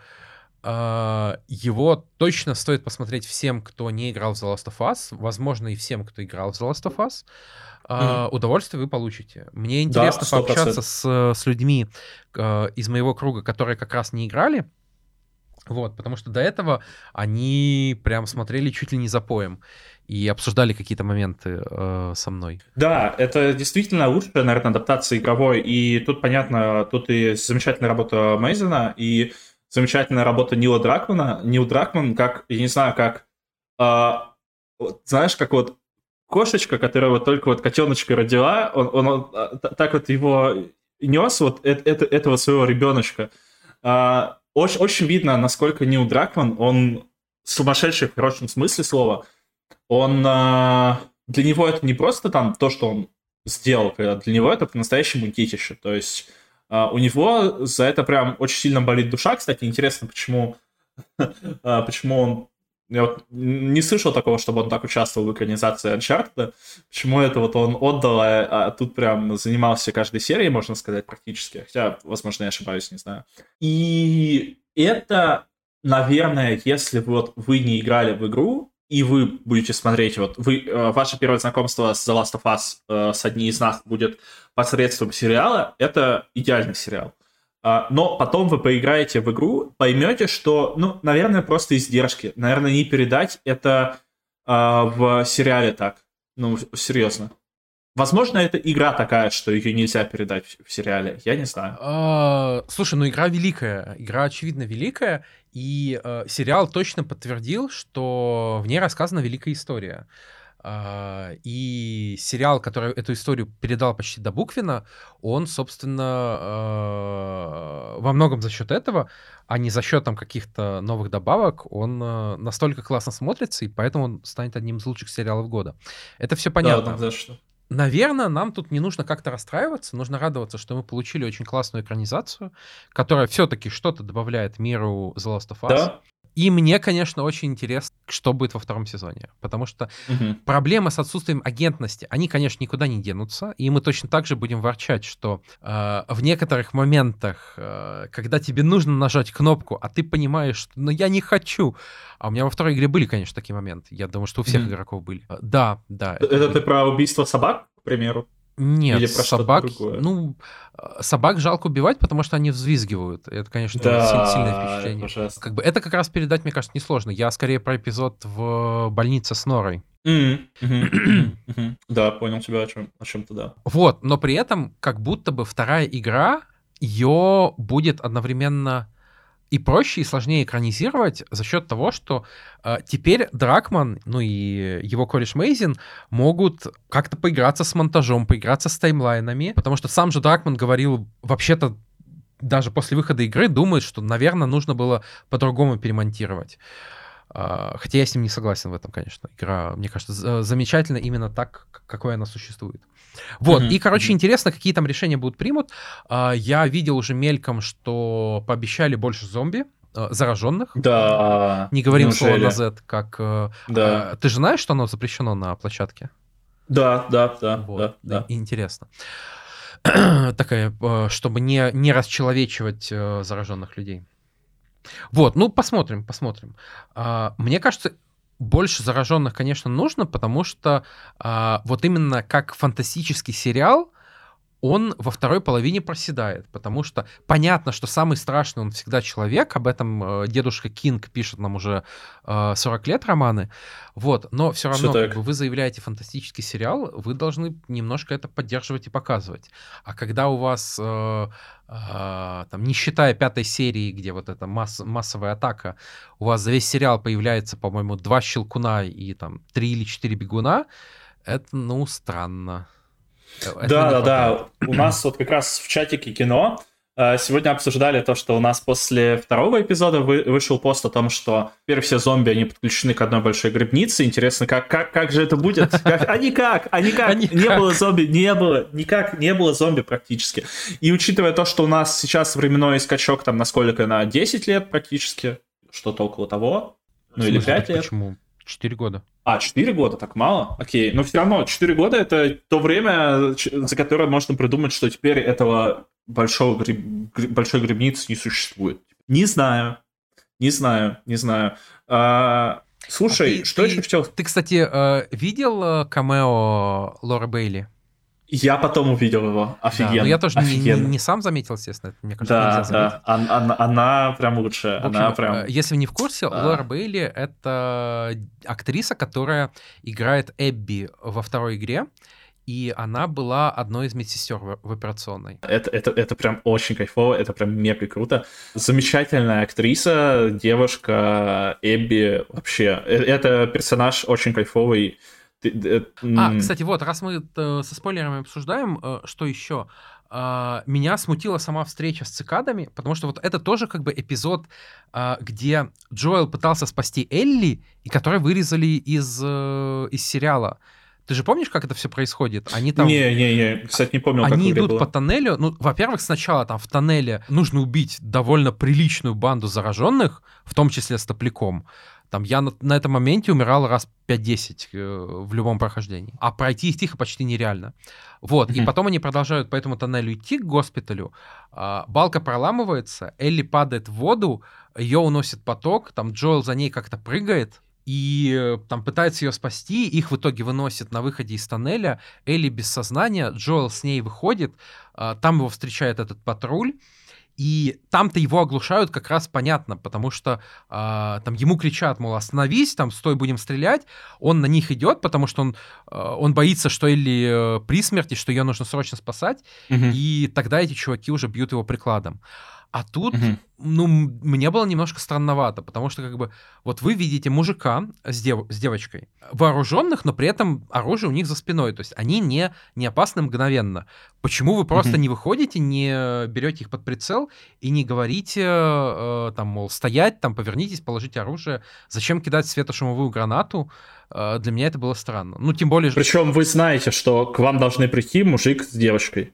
Его точно стоит посмотреть всем, кто не играл в The Last of Us, возможно, и всем, кто играл в The Last of Us. Mm-hmm. Удовольствие вы получите. Мне интересно да, пообщаться с, с людьми из моего круга, которые как раз не играли, вот, потому что до этого они прям смотрели чуть ли не за поем и обсуждали какие-то моменты э, со мной. Да, это действительно лучшая, наверное, адаптация игровой, и тут, понятно, тут и замечательная работа Мейзена, и замечательная работа Нила Дракмана. Нил Дракман, как, я не знаю, как, э, вот, знаешь, как вот кошечка, которая вот только вот котеночка родила, он, он, он так вот его нес, вот это, это, этого своего ребеночка. Э, очень, очень видно, насколько Нил Дракман, он сумасшедший в хорошем смысле слова. Он, для него это не просто там то, что он сделал, для него это по-настоящему детище. То есть у него за это прям очень сильно болит душа. Кстати, интересно, почему, почему он... Я вот не слышал такого, чтобы он так участвовал в экранизации Uncharted. Почему это вот он отдал, а, а тут прям занимался каждой серией, можно сказать, практически. Хотя, возможно, я ошибаюсь, не знаю. И это, наверное, если вот вы не играли в игру, и вы будете смотреть, вот вы, ваше первое знакомство с The Last of Us с одним из нас будет посредством сериала, это идеальный сериал. Но потом вы поиграете в игру, поймете, что, ну, наверное, просто издержки. Наверное, не передать это в сериале так. Ну, серьезно. Возможно, это игра такая, что ее нельзя передать в сериале. Я не знаю. А, слушай, ну игра великая. Игра, очевидно, великая. И э, сериал точно подтвердил, что в ней рассказана великая история. Uh, и сериал, который эту историю передал почти до буквенно, он, собственно, uh, во многом за счет этого, а не за счет там каких-то новых добавок, он uh, настолько классно смотрится, и поэтому он станет одним из лучших сериалов года. Это все понятно. Да, за что. Наверное, нам тут не нужно как-то расстраиваться, нужно радоваться, что мы получили очень классную экранизацию, которая все-таки что-то добавляет миру The Last of Us. Да. И мне, конечно, очень интересно, что будет во втором сезоне, потому что угу. проблемы с отсутствием агентности, они, конечно, никуда не денутся, и мы точно так же будем ворчать, что э, в некоторых моментах, э, когда тебе нужно нажать кнопку, а ты понимаешь, что ну, я не хочу, а у меня во второй игре были, конечно, такие моменты, я думаю, что у всех угу. игроков были. Да, да. Это, это ты про убийство собак, к примеру? Нет, Или про собак, ну, собак жалко убивать, потому что они взвизгивают. Это, конечно, да, сильное впечатление. Ужасно. Как бы это как раз передать, мне кажется, несложно. Я скорее про эпизод в больнице с Норой. Mm-hmm. Mm-hmm. Mm-hmm. Да, понял тебя о чем, о чем-то, да. Вот, но при этом как будто бы вторая игра, ее будет одновременно и проще, и сложнее экранизировать за счет того, что э, теперь Дракман, ну и его кореш Мейзин могут как-то поиграться с монтажом, поиграться с таймлайнами, потому что сам же Дракман говорил, вообще-то даже после выхода игры думает, что, наверное, нужно было по-другому перемонтировать. Uh, хотя я с ним не согласен в этом, конечно. Игра, мне кажется, замечательна именно так, какой она существует. Вот, mm-hmm. и, короче, mm-hmm. интересно, какие там решения будут примут. Uh, я видел уже мельком, что пообещали больше зомби, uh, зараженных. Да. Не говорим слово на Z, как... Uh, да. uh, ты же знаешь, что оно запрещено на площадке? Да, да, да. Вот, да, да. Интересно. Такая, чтобы не, не расчеловечивать uh, зараженных людей. Вот, ну, посмотрим, посмотрим. А, мне кажется, больше зараженных, конечно, нужно, потому что а, вот именно как фантастический сериал он во второй половине проседает, потому что понятно, что самый страшный он всегда человек, об этом э, дедушка Кинг пишет нам уже э, сорок лет романы, вот, но все равно, как бы, вы заявляете фантастический сериал, вы должны немножко это поддерживать и показывать. А когда у вас, э, э, там, не считая пятой серии, где вот эта масс- массовая атака, у вас за весь сериал появляется, по-моему, два щелкуна и там три или четыре бегуна, это, ну, странно. Это да, да, да. У нас вот как раз в чатике кино сегодня обсуждали то, что у нас после второго эпизода вы, вышел пост о том, что теперь все зомби, они подключены к одной большой грибнице. Интересно, как, как, как же это будет? Как? А никак, а никак. А никак. Не было зомби, не было, никак не было зомби практически. И учитывая то, что у нас сейчас временной скачок, там, насколько, на десять лет практически, что-то около того, ну или пять лет. Почему? четыре года. А, четыре года, так мало? Окей, но все равно четыре года — это то время, за которое можно придумать, что теперь этого большого гриб... большой грибницы не существует. Не знаю, не знаю, не знаю. А, слушай, а ты, что ты, еще хотел... Ты, кстати, видел камео Лоры Бейли? Я потом увидел его. Офигенно. Да, но я тоже не, не, не сам заметил, естественно. Это, мне кажется, да, нельзя заметить. Да, она, она, она прям лучшая. В общем, она прям... если вы не в курсе, да. Лора Бейли — это актриса, которая играет Эбби во второй игре, и она была одной из медсестер в, в операционной. Это, это, это прям очень кайфово, это прям мега круто. Замечательная актриса, девушка Эбби вообще. Это персонаж очень кайфовый. А, кстати, вот, раз мы со спойлерами обсуждаем, что еще? Меня смутила сама встреча с цикадами, потому что вот это тоже как бы эпизод, где Джоэл пытался спасти Элли, и который вырезали из, из сериала. Ты же помнишь, как это все происходит? Они там... Не-не-не, кстати, не помню, как Они идут было. по тоннелю. Ну, во-первых, сначала там в тоннеле нужно убить довольно приличную банду зараженных, в том числе с топляком. Там я на, на этом моменте умирал раз пять-десять э, в любом прохождении. А пройти их тихо почти нереально. Вот, mm-hmm. и потом они продолжают по этому тоннелю идти к госпиталю. Э, балка проламывается, Элли падает в воду, ее уносит поток, там Джоэл за ней как-то прыгает и э, там пытается ее спасти, их в итоге выносят на выходе из тоннеля. Элли без сознания, Джоэл с ней выходит, э, там его встречает этот патруль. И там-то его оглушают как раз понятно, потому что э, там ему кричат, мол, остановись, там, стой, будем стрелять. Он на них идет, потому что он, э, он боится, что Элли э, при смерти, что ее нужно срочно спасать. Mm-hmm. И тогда эти чуваки уже бьют его прикладом. А тут, mm-hmm. ну, мне было немножко странновато, потому что, как бы, вот вы видите мужика с, дев- с девочкой, вооруженных, но при этом оружие у них за спиной, то есть они не, не опасны мгновенно. Почему вы просто mm-hmm. не выходите, не берете их под прицел и не говорите, э, там, мол, стоять, там, повернитесь, положите оружие, зачем кидать светошумовую гранату? Э, для меня это было странно. Ну, тем более... Причем вы знаете, что к вам должны прийти мужик с девочкой.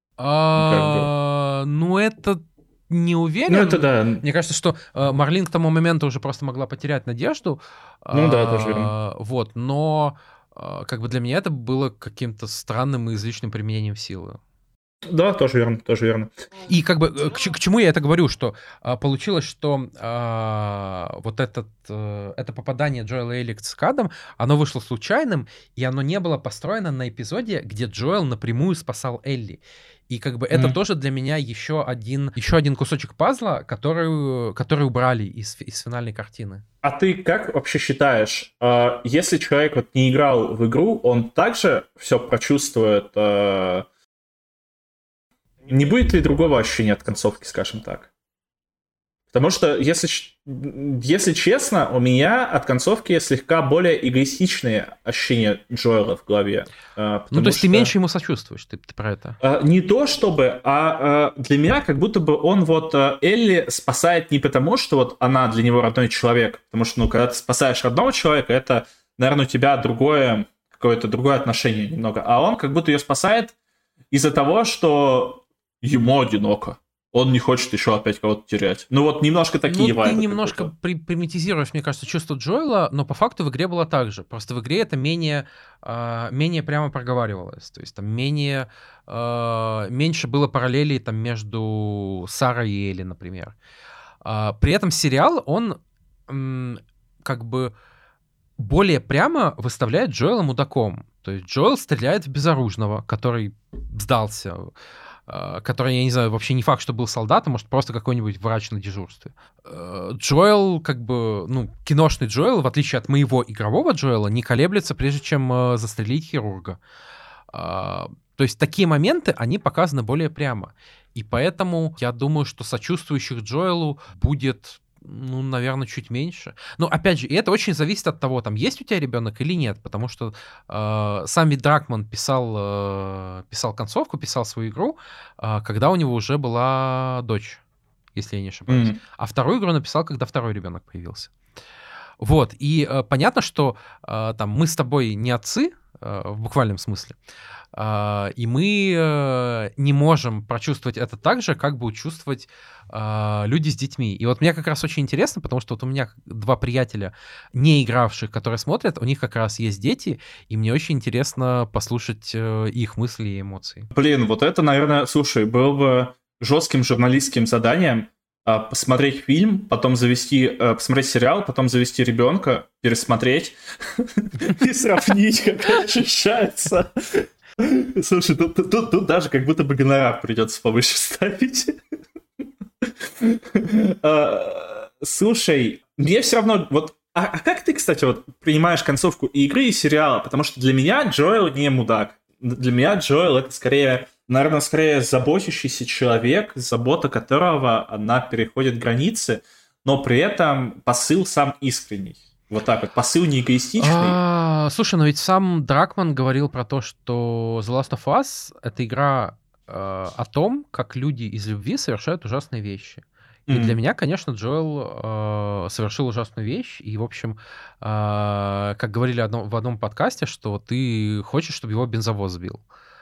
А, как бы. Ну, это... Не уверен. Ну, это да. Мне кажется, что э, Марлин к тому моменту уже просто могла потерять надежду. Ну э, да, тоже верно. Вот, но э, как бы для меня это было каким-то странным и излишним применением силы. Да, тоже верно, тоже верно. И как бы к, к чему я это говорю, что а, получилось, что а, вот этот, а, это попадание Джоэла и Элли к цикадам, оно вышло случайным, и оно не было построено на эпизоде, где Джоэл напрямую спасал Элли. И как бы это mm-hmm. тоже для меня еще один, еще один кусочек пазла, который, который убрали из, из финальной картины. А ты как вообще считаешь, если человек вот не играл в игру, он также все прочувствует... Не будет ли другого ощущения от концовки, скажем так? Потому что, если, если честно, у меня от концовки слегка более эгоистичные ощущения Джоэла в голове. Ну, то есть что... ты меньше ему сочувствуешь, ты, ты про это? Не то чтобы, а для меня как будто бы он вот Элли спасает не потому, что вот она для него родной человек. Потому что, ну, когда ты спасаешь родного человека, это, наверное, у тебя другое, какое-то другое отношение немного. А он как будто ее спасает из-за того, что ему одиноко. Он не хочет еще опять кого-то терять. Ну вот немножко такие ну, вайбы. Ты немножко при- примитизируешь, мне кажется, чувство Джоэла, но по факту в игре было так же. Просто в игре это менее, э, менее прямо проговаривалось. То есть там менее, э, меньше было параллелей там, между Сарой и Элли, например. Э, при этом сериал, он э, как бы более прямо выставляет Джоэла мудаком. То есть Джоэл стреляет в безоружного, который сдался, который, я не знаю, вообще не факт, что был солдатом, может, просто какой-нибудь врач на дежурстве. Джоэл, как бы, ну, киношный Джоэл, в отличие от моего игрового Джоэла, не колеблется, прежде чем застрелить хирурга. То есть такие моменты, они показаны более прямо. И поэтому я думаю, что сочувствующих Джоэлу будет... Ну, наверное, чуть меньше. Но, опять же, и это очень зависит от того, там, есть у тебя ребенок или нет, потому что э, сам Вит Дракман писал, э, писал концовку, писал свою игру, э, когда у него уже была дочь, если я не ошибаюсь. Mm-hmm. А вторую игру написал, когда второй ребенок появился. Вот, и э, понятно, что э, там, мы с тобой не отцы, э, в буквальном смысле, Uh, и мы uh, не можем прочувствовать это так же, как будут чувствовать uh, люди с детьми. И вот мне как раз очень интересно, потому что вот у меня два приятеля, не игравших, которые смотрят, у них как раз есть дети, и мне очень интересно послушать uh, их мысли и эмоции. Блин, вот это, наверное, слушай, было бы жестким журналистским заданием uh, посмотреть фильм, потом завести, uh, посмотреть сериал, потом завести ребенка, пересмотреть и сравнить, как ощущается. Слушай, тут, тут, тут, тут даже как будто бы гонорар придется повыше ставить. Слушай, мне все равно... вот, а, а как ты, кстати, вот принимаешь концовку и игры, и сериала? Потому что для меня Джоэл не мудак. Для меня Джоэл — это скорее, наверное, скорее заботящийся человек, забота которого, она переходит границы, но при этом посыл сам искренний. Вот так вот, посыл не эгоистичный. А, слушай, но ведь сам Дракман говорил про то, что The Last of Us — это игра э, о том, как люди из любви совершают ужасные вещи. И mm-hmm. для меня, конечно, Джоэл э, совершил ужасную вещь. И, в общем, э, как говорили одно, в одном подкасте, что ты хочешь, чтобы его бензовоз сбил.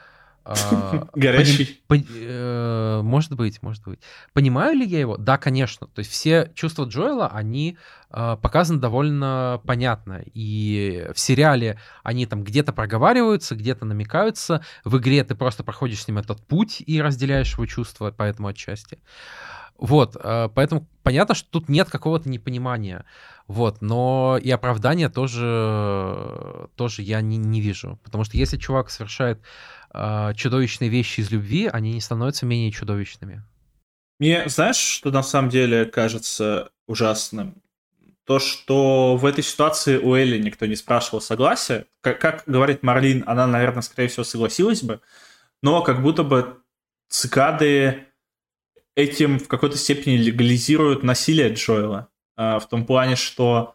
Горячий. Поним, по, э, может быть, может быть. Понимаю ли я его? Да, конечно. То есть все чувства Джоэла, они э, показаны довольно понятно. И в сериале они там где-то проговариваются, где-то намекаются. В игре ты просто проходишь с ним этот путь и разделяешь его чувства, поэтому отчасти. Вот, э, поэтому понятно, что тут нет какого-то непонимания. Вот, но и оправдания тоже, тоже я не, не вижу. Потому что если чувак совершает э, чудовищные вещи из любви, они не становятся менее чудовищными. Мне, знаешь, что на самом деле кажется ужасным? То, что в этой ситуации у Элли никто не спрашивал согласия. Как, как говорит Марлин, она, наверное, скорее всего, согласилась бы, но как будто бы цикады этим в какой-то степени легализируют насилие Джоэла. В том плане, что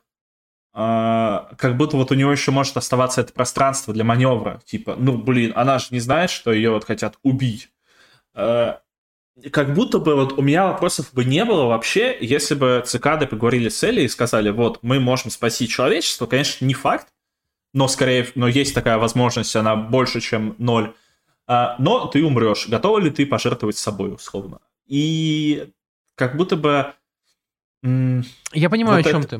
как будто вот у него еще может оставаться это пространство для маневра. Типа, ну, блин, она же не знает, что ее вот хотят убить. Как будто бы вот у меня вопросов бы не было вообще, если бы цикады поговорили с Элли и сказали, вот, мы можем спасти человечество. Конечно, не факт, но скорее, но есть такая возможность, она больше, чем ноль. Но ты умрешь. Готова ли ты пожертвовать собой, условно? И как будто бы... Я понимаю, вот о чем это... ты.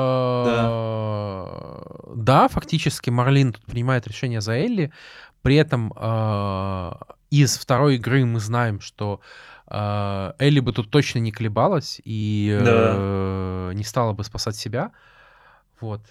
Да. Да, фактически Марлин тут принимает решение за Элли. При этом из второй игры мы знаем, что Элли бы тут точно не колебалась и да. не стала бы спасать себя. Вот.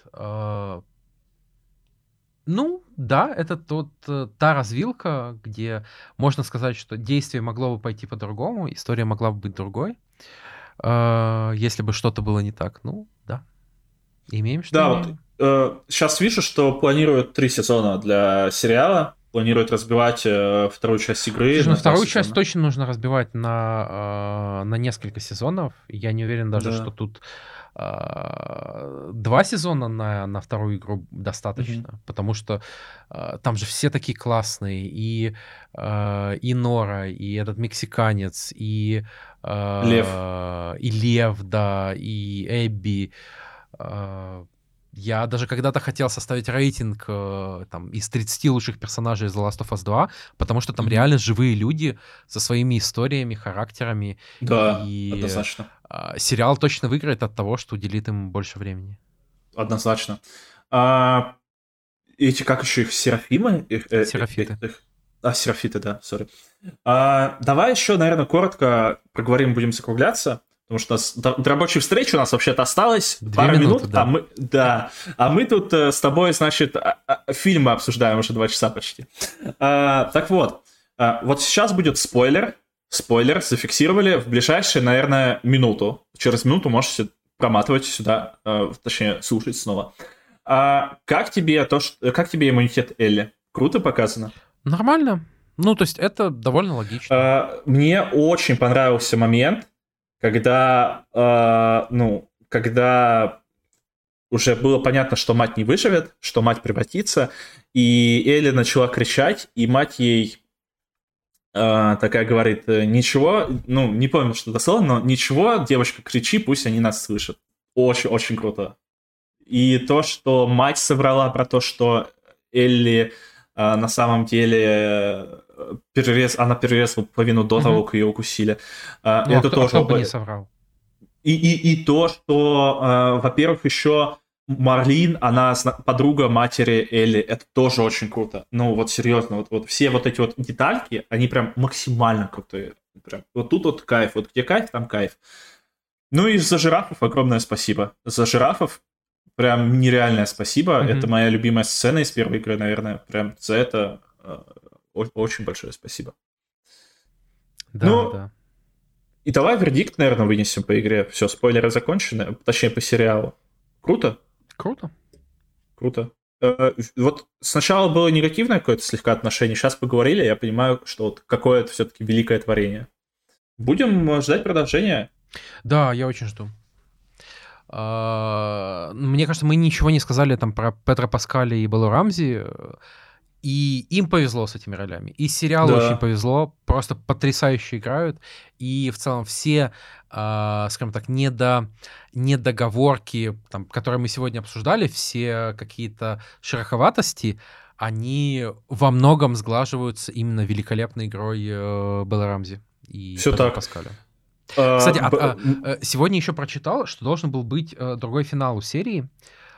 Ну, да, это тот, та развилка, где можно сказать, что действие могло бы пойти по-другому, история могла бы быть другой, если бы что-то было не так. Ну, да, имеем, что да, имеем. Вот, э, сейчас вижу, что планируют три сезона для сериала, планируют разбивать э, вторую часть игры. Слушай, ну, вторую сезона. часть точно нужно разбивать на, э, на несколько сезонов. Я не уверен даже, да. что тут э, два сезона на, на вторую игру достаточно, mm-hmm. потому что э, там же все такие классные. И, э, и Нора, и этот мексиканец, и э, Лев. И Лев, да, и Эбби. Э, Я даже когда-то хотел составить рейтинг э, там, из тридцати лучших персонажей из The Last of Us два, потому что там mm-hmm. реально живые люди со своими историями, характерами. Да, и, однозначно. Э, сериал точно выиграет от того, что уделит им больше времени. Однозначно. А, эти, как еще их, Серафимы? Их, э, Серафиты. Их, их, а, Серафиты, да, сори. А, давай еще, наверное, коротко проговорим, будем закругляться. Потому что у нас до рабочей встречи у нас вообще-то осталось пару минут, минут да. а мы, да, а мы тут э, с тобой, значит, а, а, фильмы обсуждаем уже два часа почти. А, так вот, а, вот сейчас будет спойлер, спойлер, зафиксировали в ближайшие, наверное, минуту. Через минуту можете проматывать сюда, а, точнее, слушать снова. А, как тебе то, что, как тебе иммунитет Элли? Круто показано? Нормально. Ну, то есть это довольно логично. А, мне очень понравился момент, когда, э, ну, когда уже было понятно, что мать не выживет, что мать превратится, и Элли начала кричать, и мать ей э, такая говорит, ничего, ну, не помню, что это слово, но ничего, девочка, кричи, пусть они нас слышат. Очень-очень круто. И то, что мать соврала про то, что Элли э, на самом деле... Перерез, она перерезала половину до того, как ее укусили. Ну, это а тоже... Кто бы не соврал. И, и, и то, что, э, во-первых, еще Марлин, она подруга матери Элли. Это тоже очень круто. Ну, вот серьезно, вот, вот все вот эти вот детальки, они прям максимально крутые. Прям. Вот тут вот кайф. Вот где кайф, там кайф. Ну и за жирафов огромное спасибо. За жирафов прям нереальное спасибо. Mm-hmm. Это моя любимая сцена из первой игры, наверное. Прям за это... Э, очень большое спасибо. Да, ну, да. И давай вердикт, наверное, вынесем по игре. Все, спойлеры закончены. Точнее, по сериалу. Круто? Круто. Круто. Э, вот сначала было негативное какое-то слегка отношение. Сейчас поговорили, я понимаю, что вот какое-то все-таки великое творение. Будем ждать продолжения. Да, я очень жду. Мне кажется, мы ничего не сказали там про Петра Паскаля и Беллу Рамзи. И им повезло с этими ролями. И сериалу да. очень повезло. Просто потрясающе играют. И в целом все, э, скажем так, недо, недоговорки, там, которые мы сегодня обсуждали, все какие-то шероховатости, они во многом сглаживаются именно великолепной игрой э, Беллы Рамзи и все Петра так. Паскаля. А, Кстати, б... а, а, сегодня еще прочитал, что должен был быть а, другой финал у серии.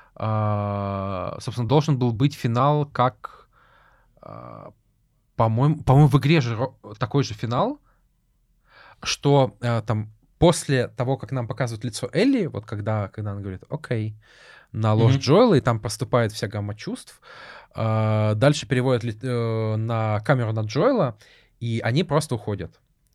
А, собственно, должен был быть финал как... По-моему, по-моему, в игре же такой же финал, что э, там после того, как нам показывают лицо Элли, вот когда, когда она говорит «Окей», на ложь mm-hmm. Джоэла, и там проступает вся гамма чувств, э, дальше переводят э, на камеру на Джоэла, и они просто уходят.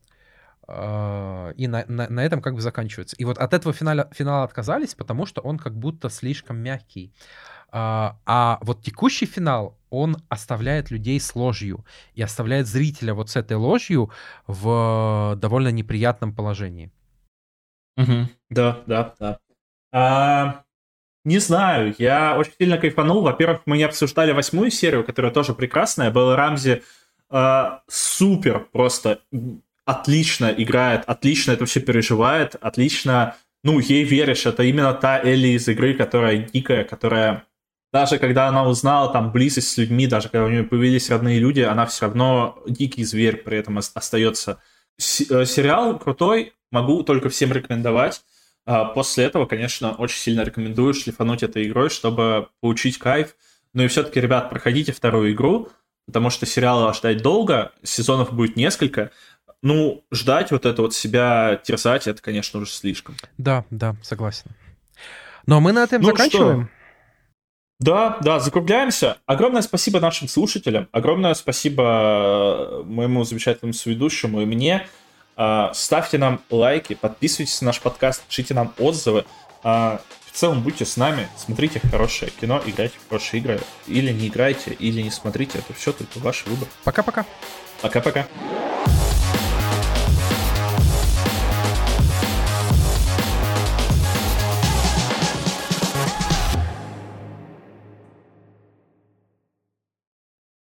Э, и на, на, на этом как бы заканчивается. И вот от этого финала, финала отказались, потому что он как будто слишком мягкий. А, а вот текущий финал, он оставляет людей с ложью и оставляет зрителя вот с этой ложью в довольно неприятном положении. Угу. Да, да, да. А, не знаю, я очень сильно кайфанул. Во-первых, мы не обсуждали восьмую серию, которая тоже прекрасная. Белла Рамзи а, супер, просто отлично играет, отлично это все переживает, отлично, ну, ей веришь. Это именно та Элли из игры, которая дикая, которая... Даже когда она узнала там близость с людьми, даже когда у нее появились родные люди, она все равно дикий зверь при этом остается. С- сериал крутой, могу только всем рекомендовать. После этого, конечно, очень сильно рекомендую шлифануть этой игрой, чтобы получить кайф. Ну и все-таки, ребят, проходите вторую игру, потому что сериала ждать долго, сезонов будет несколько. Ну, ждать вот это вот себя терзать, это, конечно, уже слишком. Да, да, согласен. Ну, а мы на этом ну, заканчиваем. Что? Да, да, закругляемся. Огромное спасибо нашим слушателям, огромное спасибо моему замечательному соведущему и мне. Ставьте нам лайки, подписывайтесь на наш подкаст, пишите нам отзывы. В целом, будьте с нами, смотрите хорошее кино, играйте в хорошие игры, или не играйте, или не смотрите, это все только ваш выбор. Пока-пока. Пока-пока.